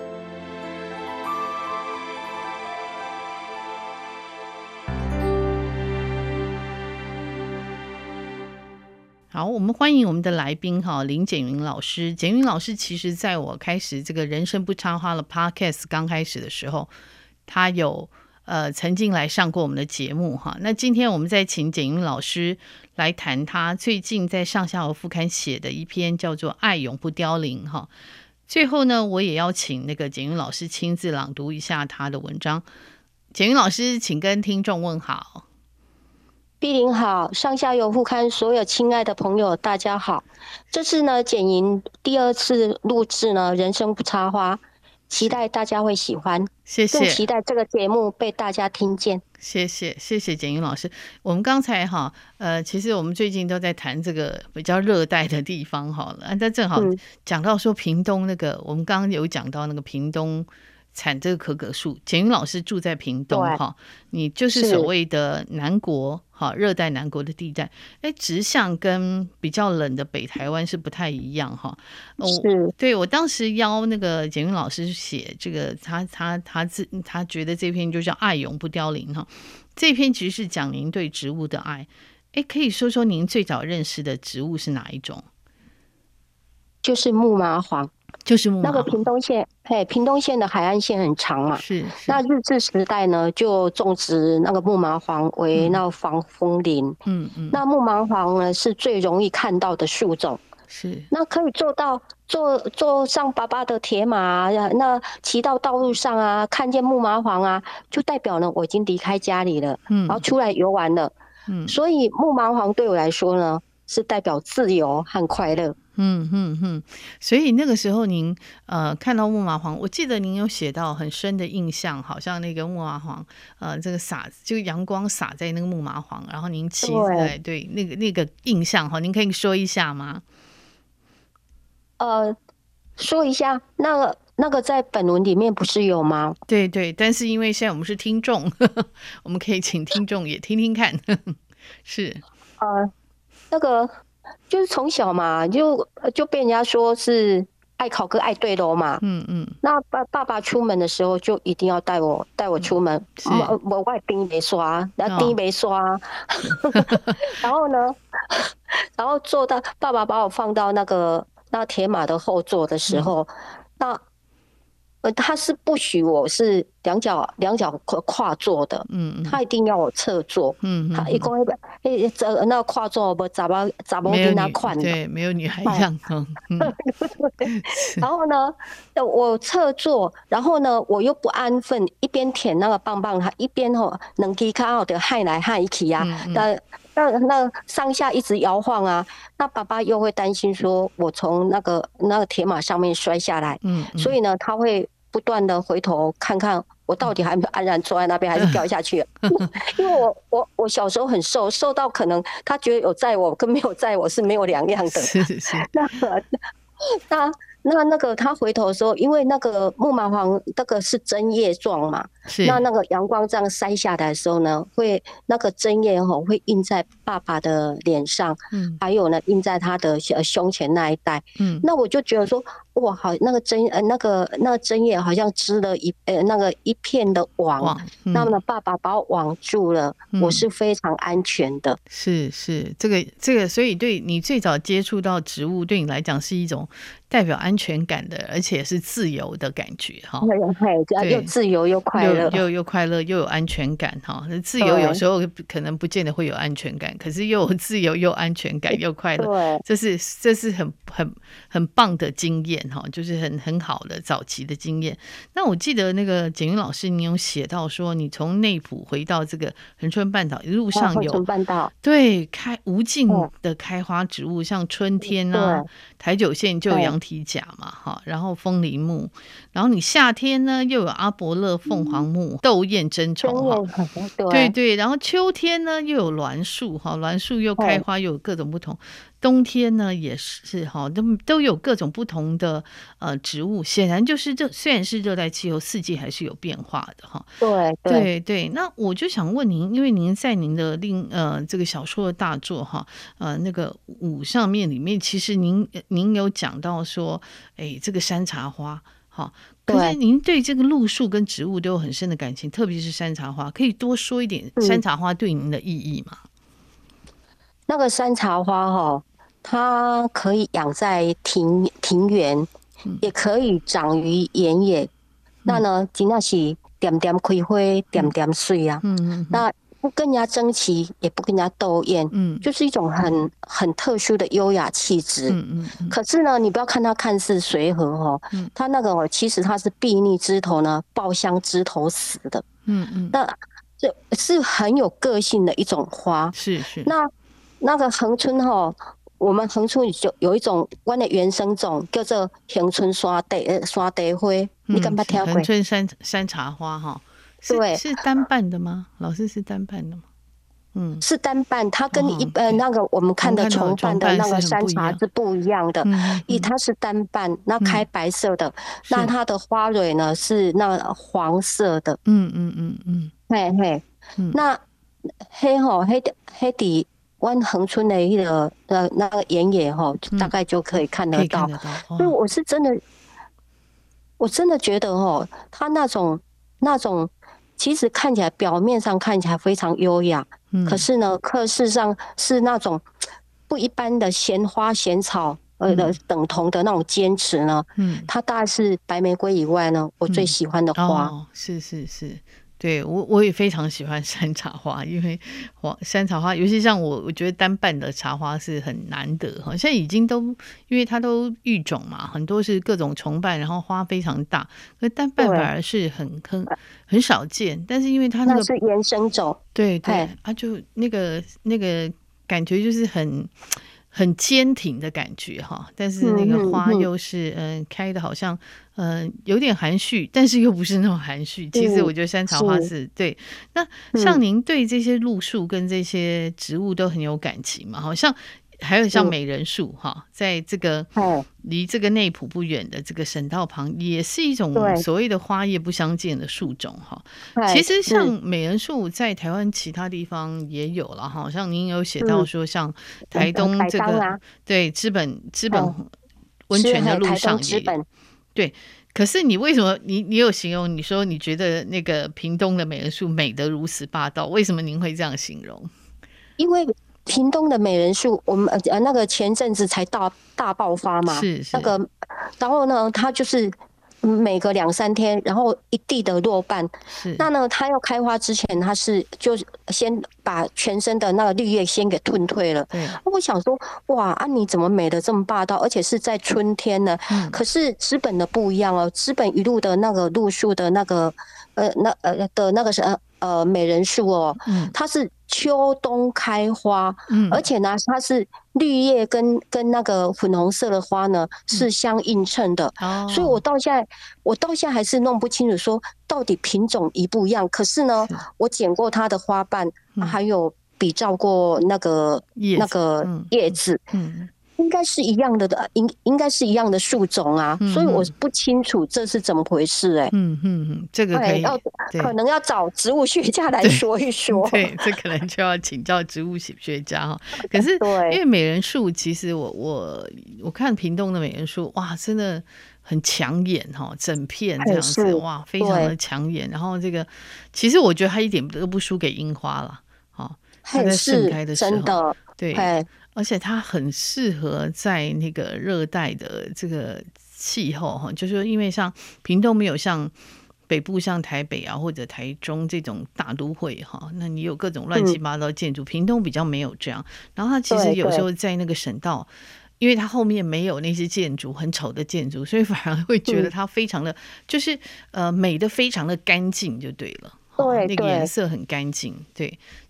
好，我们欢迎我们的来宾哈，林简云老师。简云老师其实在我开始这个人生不插花的 podcast 刚开始的时候，他有呃曾经来上过我们的节目哈。那今天我们再请简云老师来谈他最近在上下游副刊写的一篇叫做《爱永不凋零》哈。最后呢，我也要请那个简云老师亲自朗读一下他的文章。简云老师，请跟听众问好。 碧玲好，上下游副刊所有亲爱的朋友大家好，这次呢简云第二次录制呢人生不插花，期待大家会喜欢， 谢谢， 更期待这个节目被大家听见。 谢谢谢谢简云老师。我们刚才哈呃其实我们最近都在谈这个比较热带的地方好了，但正好讲到说屏东那个、嗯、我们刚刚有讲到那个屏东产这个可可树，简云老师住在屏东哈，你就是所谓的南国哈，热带南国的地带，哎，直向跟比较冷的北台湾是不太一样哈。 是， 对，我当时邀那个简云老师写这个，他他他自他觉得这篇就叫《爱永不凋零》哈，这篇其实是讲您对植物的爱。哎，可以说说您最早认识的植物是哪一种？ 就是木麻黄。 就是木麻那个屏东县，嘿，屏东县的海岸线很长嘛， 是。是那日治时代呢，就种植那个木麻黄为那个防风林。嗯嗯。那木麻黄呢，是最容易看到的树种。 是。 那可以做到坐坐上爸爸的铁马、啊，那骑到道路上啊，看见木麻黄啊，就代表呢我已经离开家里了，嗯，然后出来游玩了。嗯。所以木麻黄对我来说呢，是代表自由和快乐。 嗯嗯嗯，所以那个时候您呃看到木麻黄，我记得您有写到很深的印象，好像那个木麻黄呃这个洒这个阳光洒在那个木麻黄，然后您骑在 对, 对那个那个印象哈，您可以说一下吗？ 呃，说一下那个那个在本文里面不是有吗？ 对对，但是因为现在我们是听众，呵呵我们可以请听众也听听看，呵呵是呃那个。就是从小嘛，就就被人家说是爱考哥爱对楼嘛。嗯嗯。那爸爸爸出门的时候就一定要带我带我出门，我我外冰没刷，然后丁没刷，哦、然后呢，然后坐到爸爸把我放到那个那铁马的后座的时候，嗯、那呃他是不许我是两脚两脚跨坐的，嗯，他一定要我侧坐，嗯，他一共诶这那跨坐不咋巴咋巴跟他宽， 对，没有女孩样，嗯， 然后呢，我侧坐，然后呢，我又不安分，一边舔那个棒棒，他一边吼能给卡好的害来害去啊，那那那上下一直摇晃啊，那爸爸又会担心说我从那个那个铁马上面摔下来，嗯，所以呢，他会不断的回头看看我到底还没有安然坐在那边，还是掉下去了。因为我我我小时候很瘦，瘦到可能他觉得有载我跟没有载我是没有两样的。 是是。 那那那那个他回头的时候，因为那个木麻黄那个是针叶状嘛，那那个阳光这样晒下来的时候呢，会那个针叶吼会印在爸爸的脸上，嗯，还有呢印在他的胸前那一带，嗯，那我就觉得说，哇，好，那个针呃那个那个针叶好像织了一呃那个一片的网，嗯、那么呢爸爸把我网住了，嗯、我是非常安全的。 是是，这个这个，所以对你最早接触到植物，对你来讲是一种代表安全感的，而且是自由的感觉哈。 对，又自由又快乐， 又又又快乐又有安全感哈。自由有时候可能不见得会有安全感，可是又有自由又安全感又快乐，这是这是很很很棒的经验哈，就是很很好的早期的经验。那我记得那个简云老师，你有写到说，你从内埔回到这个恒春半岛一路上有、 哦、恒春半岛对开无尽的开花植物，像春天啊，台九线就有羊蹄甲嘛哈，然后枫林木，然后你夏天呢又有阿伯乐凤凰木、斗燕针虫哈，对对，然后秋天呢又有栾树哈，栾树又开花又有各种不同。 冬天呢也是哈，都都有各种不同的呃植物，显然就是这虽然是热带气候，四季还是有变化的哈。 对对对，那我就想问您，因为您在您的另呃这个小说的大作哈，呃那个五上面里面，其实您您有讲到说，哎，这个山茶花。好，可是您对这个路树跟植物都有很深的感情，特别是山茶花，可以多说一点山茶花对您的意义吗？ 嗯、那个山茶花哦，它可以养在庭庭园，嗯、也可以长于原野。嗯、那呢，真的是点点开花，点点水啊。嗯嗯嗯、那不跟人家争奇，也不跟人家斗艳，嗯，就是一种很很特殊的优雅气质。嗯嗯嗯、可是呢，你不要看它看似随和哦，嗯、它那个哦，其实它是睥睨枝头呢，抱香枝头死的。嗯嗯，那这是很有个性的一种花。 是是。 那那个恒春哦，我们恒春就有一种我的原生种叫做恒春山地呃山地花，嗯、你敢不听过？ 恒春山山茶花哈。 对， 是单瓣的吗？老师是单瓣的吗？ 嗯，是单瓣，它跟一、哦、呃那个我们看的重瓣的那个山茶是不一样的。嗯，一它是单瓣，那开白色的，嗯、那它的花蕊呢是那黄色的。嗯嗯嗯嗯，嘿嘿，嗯、那黑吼黑黑底湾恒春的一个呃那个原野吼，大概就可以看得到。 嗯、得到哦、 所以我是真的，我真的觉得哦，它那种那种。其实看起来表面上看起来非常优雅，嗯、可是呢，可事实上是那种不一般的闲花闲草呃的等同的那种坚持呢。嗯，它大概是白玫瑰以外呢，我最喜欢的花。 嗯、哦，是是是。对我我也非常喜欢山茶花，因为山茶花，尤其像我，我觉得单瓣的茶花是很难得哈。现在已经都因为它都育种嘛，很多是各种重瓣，然后花非常大，可单瓣反而是很很很少见。但是因为它那个那是原生种， 对对，啊就那个那个感觉就是很。很坚挺的感觉哈，但是那个花又是嗯、呃、开的好像嗯、呃、有点含蓄，但是又不是那种含蓄。其实我觉得山茶花是、嗯、是对。那像您对这些路树跟这些植物都很有感情嘛？好像还有像美人树哈，在这个离这个内埔不远的这个省道旁，也是一种所谓的花叶不相见的树种哈。其实像美人树在台湾其他地方也有了哈，像您有写到说，像台东这个、嗯、对知本知本温泉的路上也有。对，可是你为什么你你有形容你说你觉得那个屏东的美人树美得如此霸道？为什么您会这样形容？ 因为屏东的美人树，我们呃那个前阵子才大大爆发嘛， 是是那个，然后呢，它就是每隔两三天，然后一地的落瓣。是，那呢，它要开花之前，它是就先把全身的那个绿叶先给吞退了。对，我想说，哇，啊，你怎么美得这么霸道？而且是在春天呢？嗯、可是知本的不一样哦，知本一路的那个路树的那个呃那呃的那个是呃呃美人树哦，嗯、它是。秋冬开花，嗯、而且呢，它是绿叶跟跟那个粉红色的花呢、嗯、是相映衬的，哦、所以我到现在我到现在还是弄不清楚说到底品种一不一样。可是呢，是我剪过它的花瓣，嗯、还有比照过那个那个叶子。嗯嗯应该是一样的的，应应该是一样的树种啊，嗯、所以我不清楚这是怎么回事哎、欸。 嗯嗯嗯，这个可以， 要可能要找植物学家来说一说。 对，对这可能就要请教植物学家哈。可是因为美人树，其实我我我看屏东的美人树，哇，真的很抢眼哈，整片这样子，哇，非常的抢眼。然后这个，其实我觉得它一点都不输给樱花了，哈，它在盛开的时候， 真的对。而且它很适合在那个热带的这个气候哈，就是因为像屏东没有像北部像台北啊或者台中这种大都会哈，那你有各种乱七八糟建筑，嗯、屏东比较没有这样。然后它其实有时候在那个省道，因为它后面没有那些建筑很丑的建筑，所以反而会觉得它非常的、嗯、就是呃美的非常的干净就对了。 对， 那个颜色很干净，对。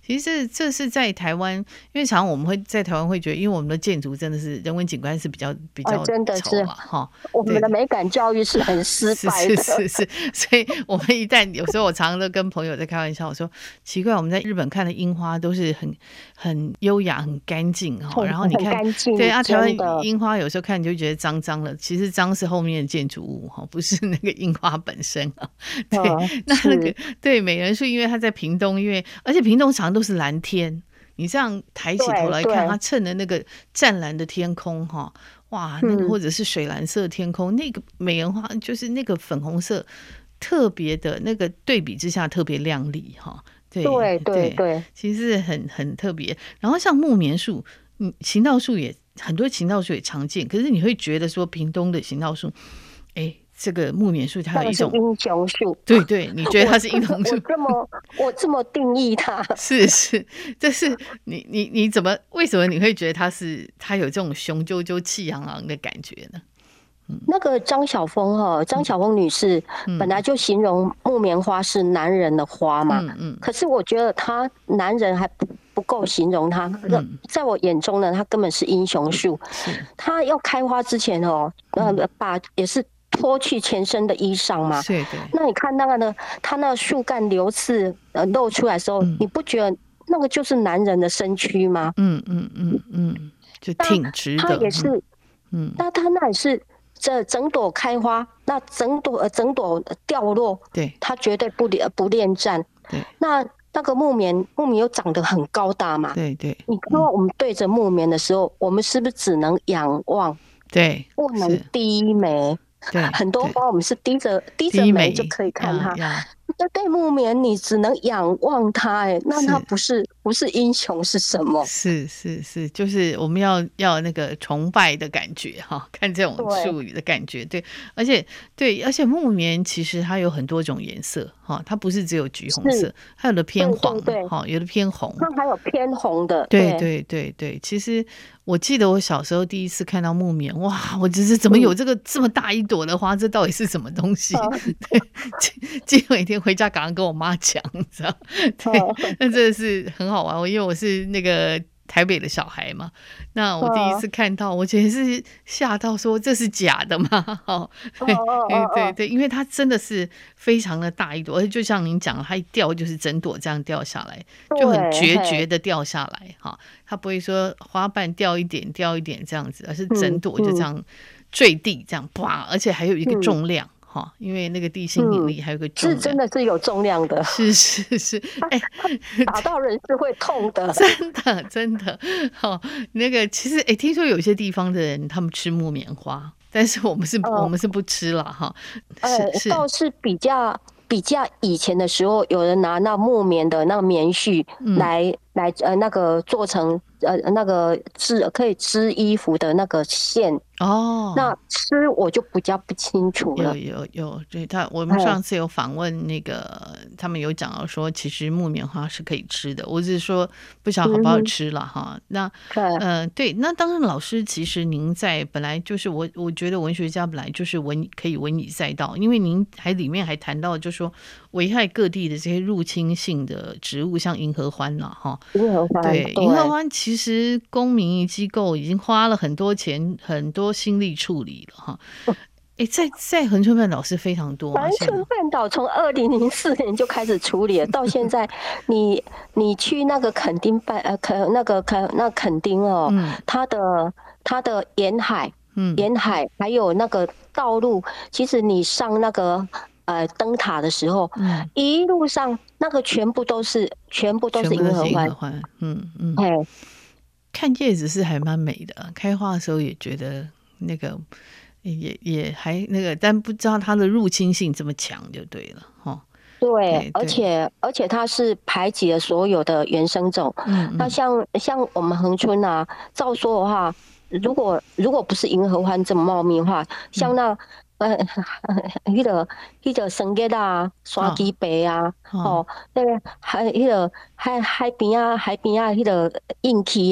其实这是在台湾，因为常常我们会在台湾会觉得，因为我们的建筑真的是人文景观是比较比较真的是哈， 我们的美感教育是很失败的， 是是是是，所以我们一旦有时候我常常都跟朋友在开玩笑，我说奇怪，我们在日本看的樱花都是很很优雅、很干净哈，然后你看，对啊，台湾樱花有时候看你就觉得脏脏了，其实脏是后面的建筑物哈，不是那个樱花本身啊。对，哦、那那个对美人树，因为它在屏东，因为而且屏东常常都是蓝天，你这样抬起头来看，它衬的那个湛蓝的天空哈，哇，那个或者是水蓝色天空，嗯、那个美人花就是那个粉红色，特别的那个对比之下特别亮丽哈。对对对对， 其实很很特别。然后像木棉树，嗯，行道树也很多，行道树也常见，可是你会觉得说屏东的行道树，哎。这个木棉树它有一种英雄树， 对对，你觉得它是英雄树？ 我这么我这么定义它， 是是，这是你你你怎么为什么你会觉得它是它有这种雄赳赳气昂昂的感觉呢？ 嗯、那个张晓峰哈，张晓峰女士、嗯、本来就形容木棉花是男人的花嘛，嗯嗯，可是我觉得她男人还不不够形容她，嗯、在我眼中呢，她根本是英雄树。她要开花之前哦，呃，把也是。脱去全身的衣裳嘛， 对对。 那你看那个呢？它那树干流刺呃露出来的时候，嗯、你不觉得那个就是男人的身躯吗？ 嗯嗯嗯嗯，就挺直的。 它也是，嗯，那它那也是这整朵开花，那整朵呃整朵掉落， 对， 它绝对不不恋战。 对， 那那个木棉木棉又长得很高大嘛， 对对。 你看我们对着木棉的时候，我们是不是只能仰望？ 对， 不能低眉。 对， 很多花我们是低着低着眉就可以看它，那对木棉你只能仰望它，哎，那它不是不是英雄是什么？ 是是是，就是我们要要那个崇拜的感觉哈，看这种树的感觉，对，而且对，而且木棉其实它有很多种颜色哈，它不是只有橘红色，它有的偏黄，哈，有的偏红， 它还有偏红的， 对对对对，其实。我记得我小时候第一次看到木棉，哇！我只是怎么有这个这么大一朵的花，这到底是什么东西？对，记得每天回家赶快跟我妈讲，你知道？对，那真的是很好玩。我因为我是那个台北的小孩嘛，那我第一次看到，我觉得是吓到说这是假的吗？哦，对对对，因为它真的是非常的大一朵，而且就像您讲，它一掉就是整朵这样掉下来，就很决绝的掉下来哈。它不会说花瓣掉一点掉一点这样子，而是整朵就这样坠地这样啪，而且还有一个重量。嗯哈，因为那个地心引力还有个重量， 是真的是有重量的， 是是是，哎， 打到人是会痛的， 真的真的。好，那个其实哎，听说有些地方的人他们吃木棉花，但是我们是、呃、我们是不吃了哈。 呃，是倒是比较比较以前的时候，有人拿那木棉的那个棉絮来、嗯、来呃那个做成呃那个织可以织衣服的那个线。哦，那吃我就比较不清楚了。 有有有，对他，我们上次有访问那个，嗯、他们有讲到说，其实木棉花是可以吃的，我只是说不晓得好不好吃了哈。嗯、那嗯、呃，对，那当然老师，其实您在本来就是我，我觉得文学家本来就是文可以文以载道，因为您还里面还谈到，就说危害各地的这些入侵性的植物，像银合欢了哈。 银合欢， 对，银合欢其实公民机构已经花了很多钱，很多。心力处理了哈，哎，在在恒春半岛是非常多。 恒春半岛从二零零四年就开始处理了，到现在你你去那个垦丁半呃垦那个垦那垦丁哦，嗯、它的它的沿海，嗯，沿海还有那个道路，其实你上那个呃灯塔的时候，嗯，一路上那个全部都是全部都是银合欢， 嗯嗯，哎。看叶子是还蛮美的，开花的时候也觉得那个也也还那个，但不知道它的入侵性这么强就对了哈。 对，而且而且它是排挤了所有的原生种。嗯，那像像我们恒春啊，照说的话，如果如果不是银合欢这么茂密的话，像那呃那个那个生叶啊、山鸡白啊，哦，那个还那个海海边啊、海边啊，那个硬气啊。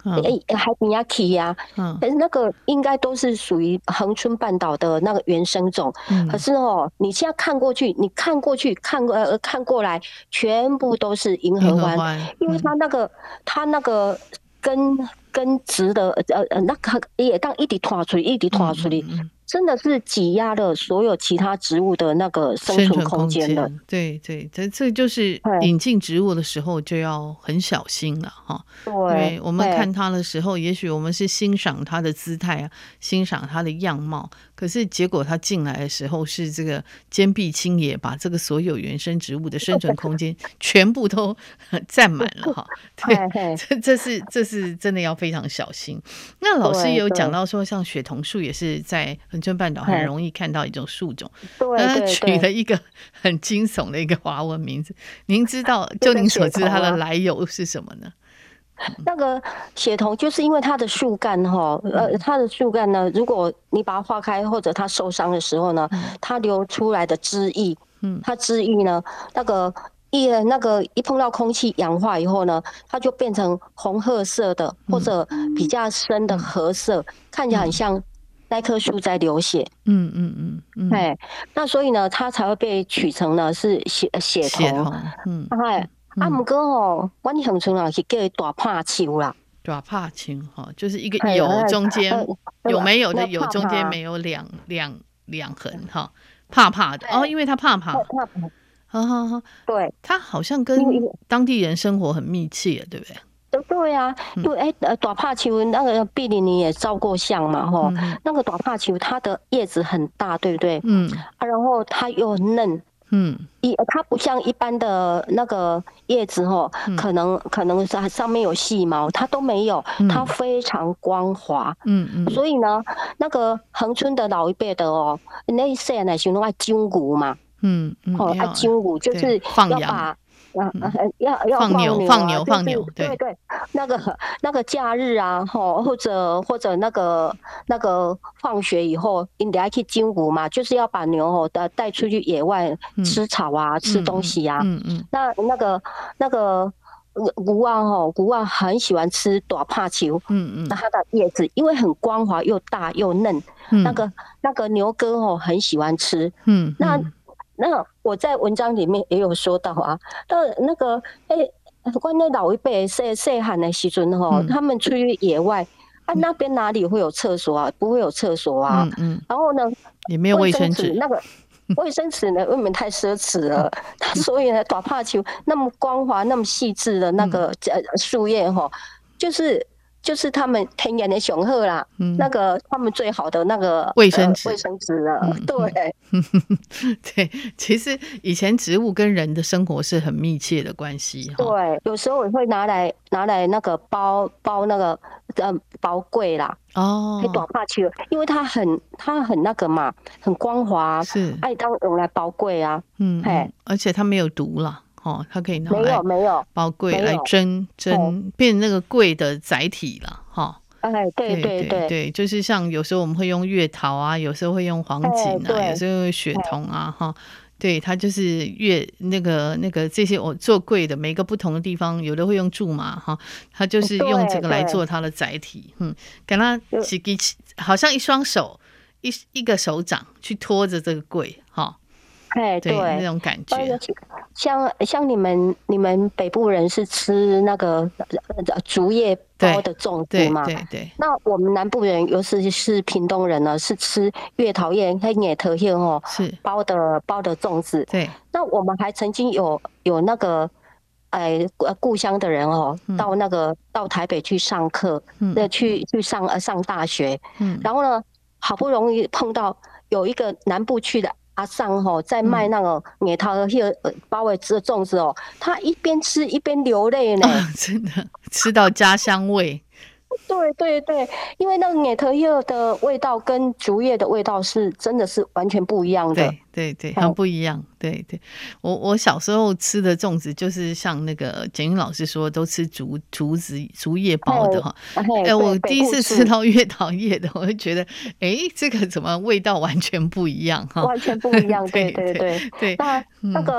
哎，海边啊去呀，可是那个应该都是属于恒春半岛的那个原生种。嗯、可是哦，你现在看过去，你看过去看呃看过来，全部都是银合欢，嗯、因为它那个它那个根根植的呃呃那个也当一直拖出去，一直拖出去。嗯嗯嗯真的是挤压了所有其他植物的那个生存空间的。 对对，这这就是引进植物的时候就要很小心了哈。对，因为我们看它的时候，也许我们是欣赏它的姿态啊，欣赏它的样貌，可是结果它进来的时候是这个坚壁清野，把这个所有原生植物的生存空间全部都占满了哈。对，这这是这是真的要非常小心。那老师也有讲到说，像雪桐树也是在恒春半岛很容易看到一种树种，那他取了一个很惊悚的一个华文名字。您知道，就您所知，它的来由是什么呢？ 那个血桐就是因为它的树干哈，呃，它的树干呢，如果你把它化开或者它受伤的时候呢，它流出来的汁液，嗯，它汁液呢，那个一那个一碰到空气氧化以后呢，它就变成红褐色的或者比较深的褐色，嗯、看起来很像那棵树在流血。嗯嗯嗯嗯，哎，那所以呢，它才会被取成呢是血血桐。嗯，哎。啊，不过哦，我们恒春啊是叫大帕树啦， 大帕树哈，就是一个有中间有没有的有中间没有两两两横哈，帕帕的哦，因为它帕帕，好好好， 对， 它好像跟当地人生活很密切，对不对？ 对啊，因为哎呃，大帕树那个碧玲你也照过相嘛哈，嗯、那个大帕树它的叶子很大，对不对？嗯，啊，然后它又嫩。嗯，一它不像一般的那个叶子哈，嗯、可能可能是上面有细毛，它都没有，它非常光滑。嗯嗯，所以呢，那个恒春的老一辈的哦，那些人形容爱筋骨嘛，嗯嗯，哦，爱筋骨就是要把。嗯、要要放牛，放牛，放牛， 对对对，那个那个假日啊，吼，或者或者那个那个放学以后，你得要去筋骨嘛，就是要把牛吼的带出去野外吃草啊，嗯、吃东西啊。嗯嗯。嗯那那个那个牛啊吼，牛啊很喜欢吃大帕树，嗯嗯，那它的叶子因为很光滑又大又嫩，嗯、那个那个牛哥吼很喜欢吃，嗯，那。那我在文章里面也有说到啊，那那个哎，关于老一辈细细汉的时阵哈，嗯、他们出去野外啊，那边哪里会有厕所啊？不会有厕所啊。嗯嗯。然后呢， 也没有卫生纸。 那个卫生纸呢，未免太奢侈了。所以呢，大帕树那么光滑、那么细致的那个呃树叶哈，就是。就是他们天然的雄鹤啦，嗯、那个他们最好的那个卫生纸， 卫、呃、生纸了，嗯、对， 对，其实以前植物跟人的生活是很密切的关系， 对，有时候我会拿来拿来那个包包那个呃包柜啦，哦，可以短发球，因为它很它很那个嘛，很光滑，是爱当用来包柜啊，嗯， 嘿，而且它没有毒啦。哦，它可以拿来包柜来蒸蒸，变那个柜的载体了，哈。 哎，对对对对，就是像有时候我们会用月桃啊，有时候会用黄锦啊，有时候用雪桐啊，哈。对，它就是月那个那个这些我做柜的每个不同的地方，有的会用苎麻哈，它就是用这个来做它的载体，嗯，给它起起好像一双手一一个手掌去拖着这个柜，哈。 哎，对， 那种感觉， 像像你们你们北部人是吃那个竹叶包的粽子嘛？ 对 对, 对。 那我们南部人，尤其是屏东人呢，是吃月桃叶、黑叶桃叶哦，是包的包的粽子。对。那我们还曾经有有那个哎故乡的人哦，嗯、到那个到台北去上课，那、嗯、去去上呃上大学，嗯，然后呢，好不容易碰到有一个南部去的。阿桑吼在卖那个野桃的包围的粽子哦，他一边吃一边流泪呢、 啊，真的吃到家乡味。 对对对，因为那个野桃叶的味道跟竹叶的味道是真的是完全不一样的。 对对对，很不一样。嗯、对对，我我小时候吃的粽子就是像那个简云老师说，都吃竹竹子竹叶包的哈。哎、欸，我第一次吃到月桃叶的，我就觉得，哎、欸，这个怎么味道完全不一样哈？ 完全不一样，对对对对。 对那、嗯、那个。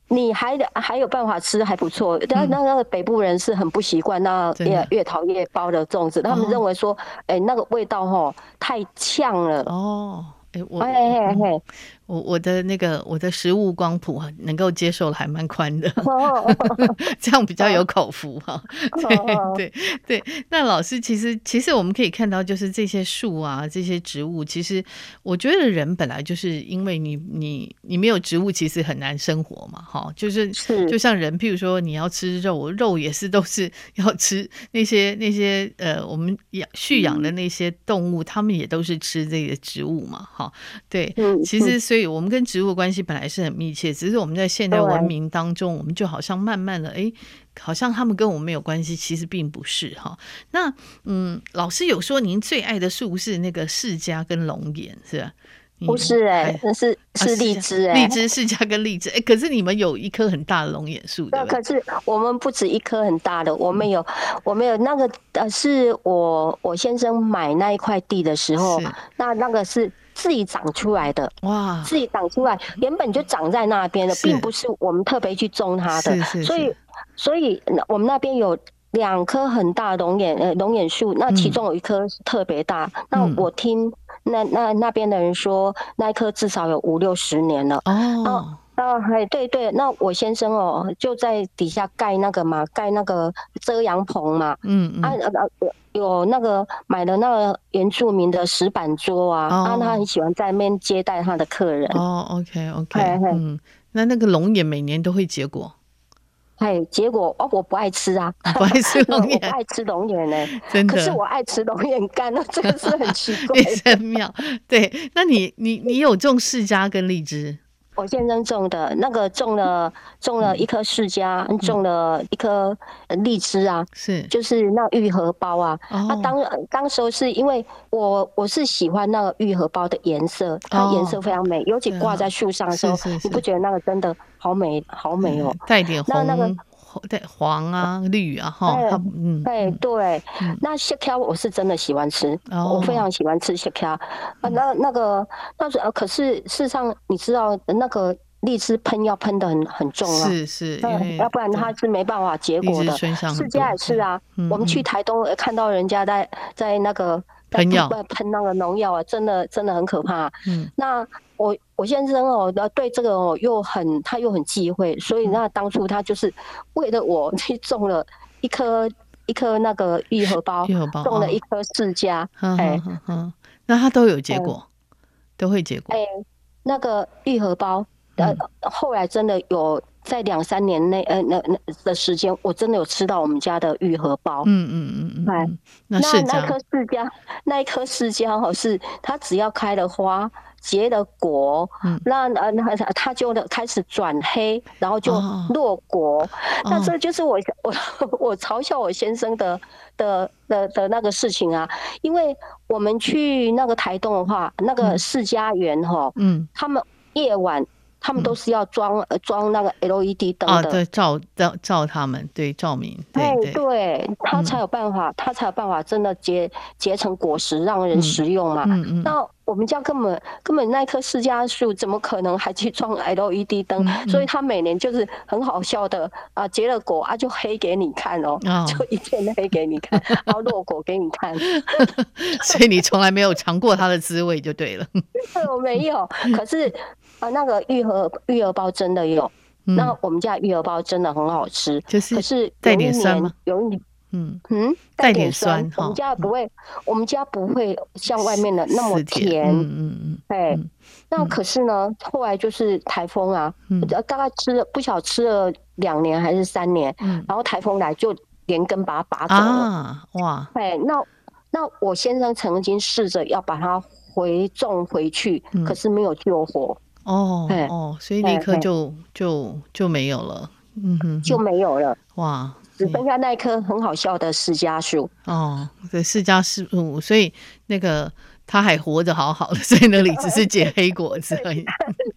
你还还有办法吃还不错，但那那个北部人是很不习惯那月月桃叶包的粽子，他们认为说，哎、欸，那个味道吼太呛了。 哦，哎、欸，我， 哎哎哎。 我我的那个我的食物光谱能够接受的还蛮宽的，这样比较有口福哈。对对对，那老师其实其实我们可以看到，就是这些树啊，这些植物，其实我觉得人本来就是因为你你你没有植物，其实很难生活嘛，哈，就是就像人，譬如说你要吃肉，肉也是都是要吃那些那些呃我们养蓄养的那些动物，他们也都是吃这个植物嘛，哈，对，其实。所以我们跟植物关系本来是很密切，只是我们在现代文明当中，我们就好像慢慢的，哎，好像他们跟我们没有关系，其实并不是哈。那嗯，老师有说您最爱的树是那个释迦跟龙眼，是吧？ 不是哎、欸，那是是荔枝哎、 欸，荔枝释迦跟荔枝哎、欸，可是你们有一棵很大的龙眼树，对不对？ 可是我们不止一棵很大的，我们有我们有那个呃，是我我先生买那一块地的时候，那那个是。自己长出来的哇，自己长出来，原本就长在那边的，并不是我们特别去种它的， 是是是， 所以所以我们那边有两棵很大的龙眼呃龙眼树，那其中有一棵特别大，嗯、那我听那那那边的人说，那一棵至少有五六十年了哦。啊，哎，对对，那我先生哦，就在底下盖那个嘛，盖那个遮阳棚嘛，嗯嗯，啊呃有那个买的那个原住民的石板桌啊，哦、啊，他很喜欢在那边接待他的客人。 哦 ，OK OK， 嗯，那那个龙眼每年都会结果。 哎，结果哦，我不爱吃啊， 不爱吃龙眼， 我不爱吃龙眼呢、欸， 真的。 可是我爱吃龙眼干，这个是很奇怪的， 很妙。对，那你你你有种释迦跟荔枝？ 我先生种的那个种了种了一颗释迦，嗯、种了一颗荔枝啊， 是就是那玉荷包啊。哦、啊当当时候是因为我我是喜欢那个玉荷包的颜色，它颜色非常美，哦、尤其挂在树上的时候，是是是你不觉得那个真的好美好美哦？ 带点红。 那那个。 对，黄啊绿啊哈， 嗯，对对，嗯、那蟹壳我是真的喜欢吃，哦、我非常喜欢吃蟹壳啊。那那个那是呃，可是事实上你知道那个荔枝喷要喷的很很重啊， 是是， 要不然它是没办法结果的。释迦也是啊，嗯、我们去台东看到人家在在那个喷药喷那个农药啊，真的真的很可怕。嗯，那。我我先生哦，对这个哦又很他又很忌讳，所以那当初他就是为了我去种了一颗一颗那个玉荷包， 玉荷包种了一颗释迦， 哎、哦，那它都有结果，嗯、都会结果。 哎，那个玉荷包，呃，嗯、后来真的有在两三年内，呃，那那的时间，我真的有吃到我们家的玉荷包。 嗯嗯嗯嗯，哎， 那那颗释迦，那一颗释迦哦，是它只要开了花。结了果，嗯、那呃，它就开始转黑，然后就落果。哦、那这就是我我我嘲笑我先生的的的的那个事情啊，因为我们去那个台东的话，那个释迦园哈，嗯，他们夜晚。他们都是要装呃装那个 L E D 灯的， 啊，对，照照照他们，对，照明，对对， 对，他才有办法，他、嗯、才有办法真的结结成果实，让人食用嘛。嗯嗯。那我们家根本根本那棵释迦树怎么可能还去装 L E D 灯？嗯嗯、所以他每年就是很好笑的啊，结了果啊就黑给你看哦，哦就一片黑给你看，然后落果给你看。 所以你从来没有尝过它的滋味就对了。 对，我没有，可是。啊，那个玉荷玉荷包真的有，嗯、那我们家玉荷包真的很好吃， 就是可是带点酸吗？ 有一年， 嗯嗯， 带点酸。 我们家不会，我们家不会像外面的那么甜。嗯嗯嗯。对，嗯、那可是呢，后来就是台风啊，嗯、大概吃了不晓吃了两年还是三年，嗯、然后台风来就连根把它拔走了。 啊，哇！ 对，那那我先生曾经试着要把它回种回去，嗯、可是没有救活。 哦哦，所以立刻就就就没有了，嗯哼， 就没有了， 哇， 只剩下那一棵很好笑的释迦树。 哦，对，释迦树，所以那个他还活着好好的，所以那里只是结黑果子而已。 他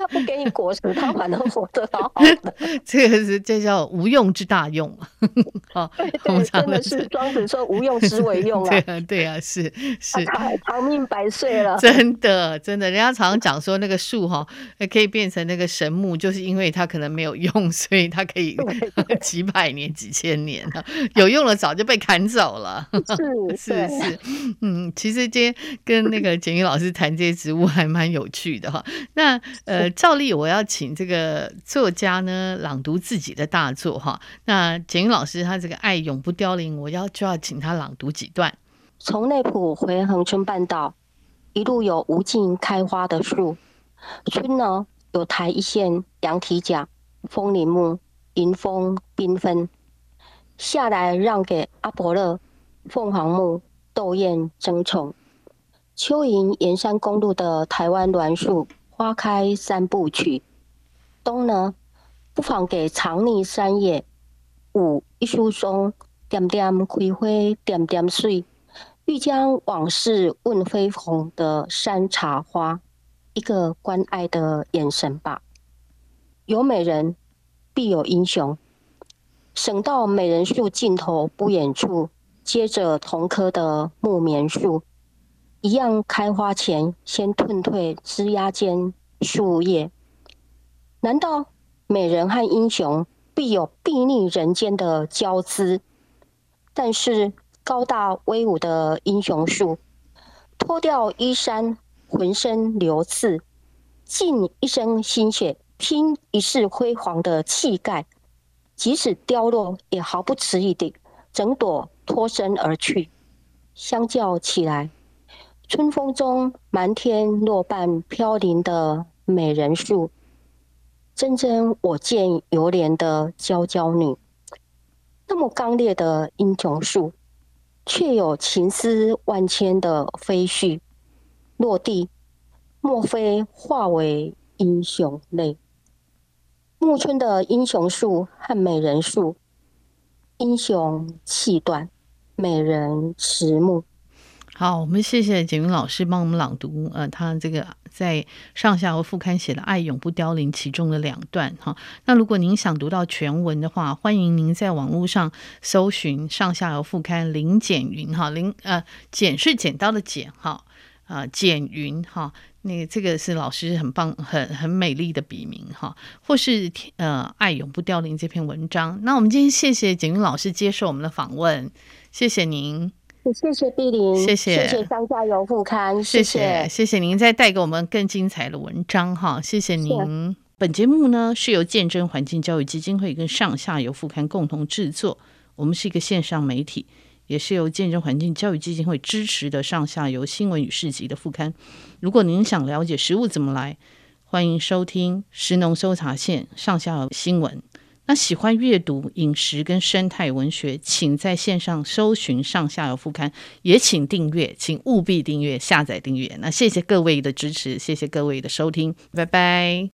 他不给你果实，他反而活得好好的。 这个是这叫无用之大用啊！对对，真的是庄子说无用之为用啊！ 对啊，对啊，是是， 他还长命百岁了。 真的真的，人家常常讲说那个树哈可以变成那个神木，就是因为它可能没有用，所以它可以几百年、几千年了，有用了早就被砍走了。 是是是，嗯，其实今天跟那个简云老师谈这些植物还蛮有趣的哈。那呃，照例我要请这个作家呢朗读自己的大作哈。那简云老师他这个爱永不凋零，我要就要请他朗读几段。 从内埔回恒春半岛，一路有无尽开花的树，春呢有苔一线羊蹄甲、枫林木、迎风缤纷，夏来让给阿伯乐、凤凰木、斗燕争宠。秋迎沿山公路的台湾栾树花开三部曲，冬呢不妨给长泥山野舞一梳松，点点开花点点水，欲将往事问飞鸿的山茶花一个关爱的眼神吧。有美人必有英雄，省到美人树尽头不远处，接着同科的木棉树一样开花前先褪退枝桠间树叶。难道美人和英雄必有睥睨人间的娇姿？但是高大威武的英雄树脱掉衣衫，浑身流刺，尽一生心血，拼一世辉煌的气概，即使凋落也毫不迟疑地整朵脱身而去。相较起来，春风中满天落瓣飘零的美人树，真真我见犹怜的娇娇女。那么刚烈的英雄树，却有情思万千的飞絮，落地莫非化为英雄泪？暮春的英雄树和美人树，英雄气短，美人迟暮。 好，我们谢谢简云老师帮我们朗读，呃，他这个在上下游副刊写的《爱永不凋零》其中的两段哈。那如果您想读到全文的话，欢迎您在网络上搜寻上下游副刊林简云哈，林呃简是剪刀的剪哈，呃简云哈。那个这个是老师很棒、很很美丽的笔名哈，或是呃《爱永不凋零》这篇文章。那我们今天谢谢简云老师接受我们的访问，谢谢您。 谢谢碧玲， 谢谢， 谢谢上下游副刊， 谢谢，谢谢您再带给我们更精彩的文章哈，谢谢您。本节目呢是由见证环境教育基金会跟上下游副刊共同制作，我们是一个线上媒体，也是由见证环境教育基金会支持的上下游新闻与市集的副刊。如果您想了解食物怎么来，欢迎收听食农搜查线上下游新闻。那喜欢阅读饮食跟生态文学，请在线上搜寻上下游副刊，也请订阅，请务必订阅、下载订阅。那谢谢各位的支持，谢谢各位的收听，拜拜。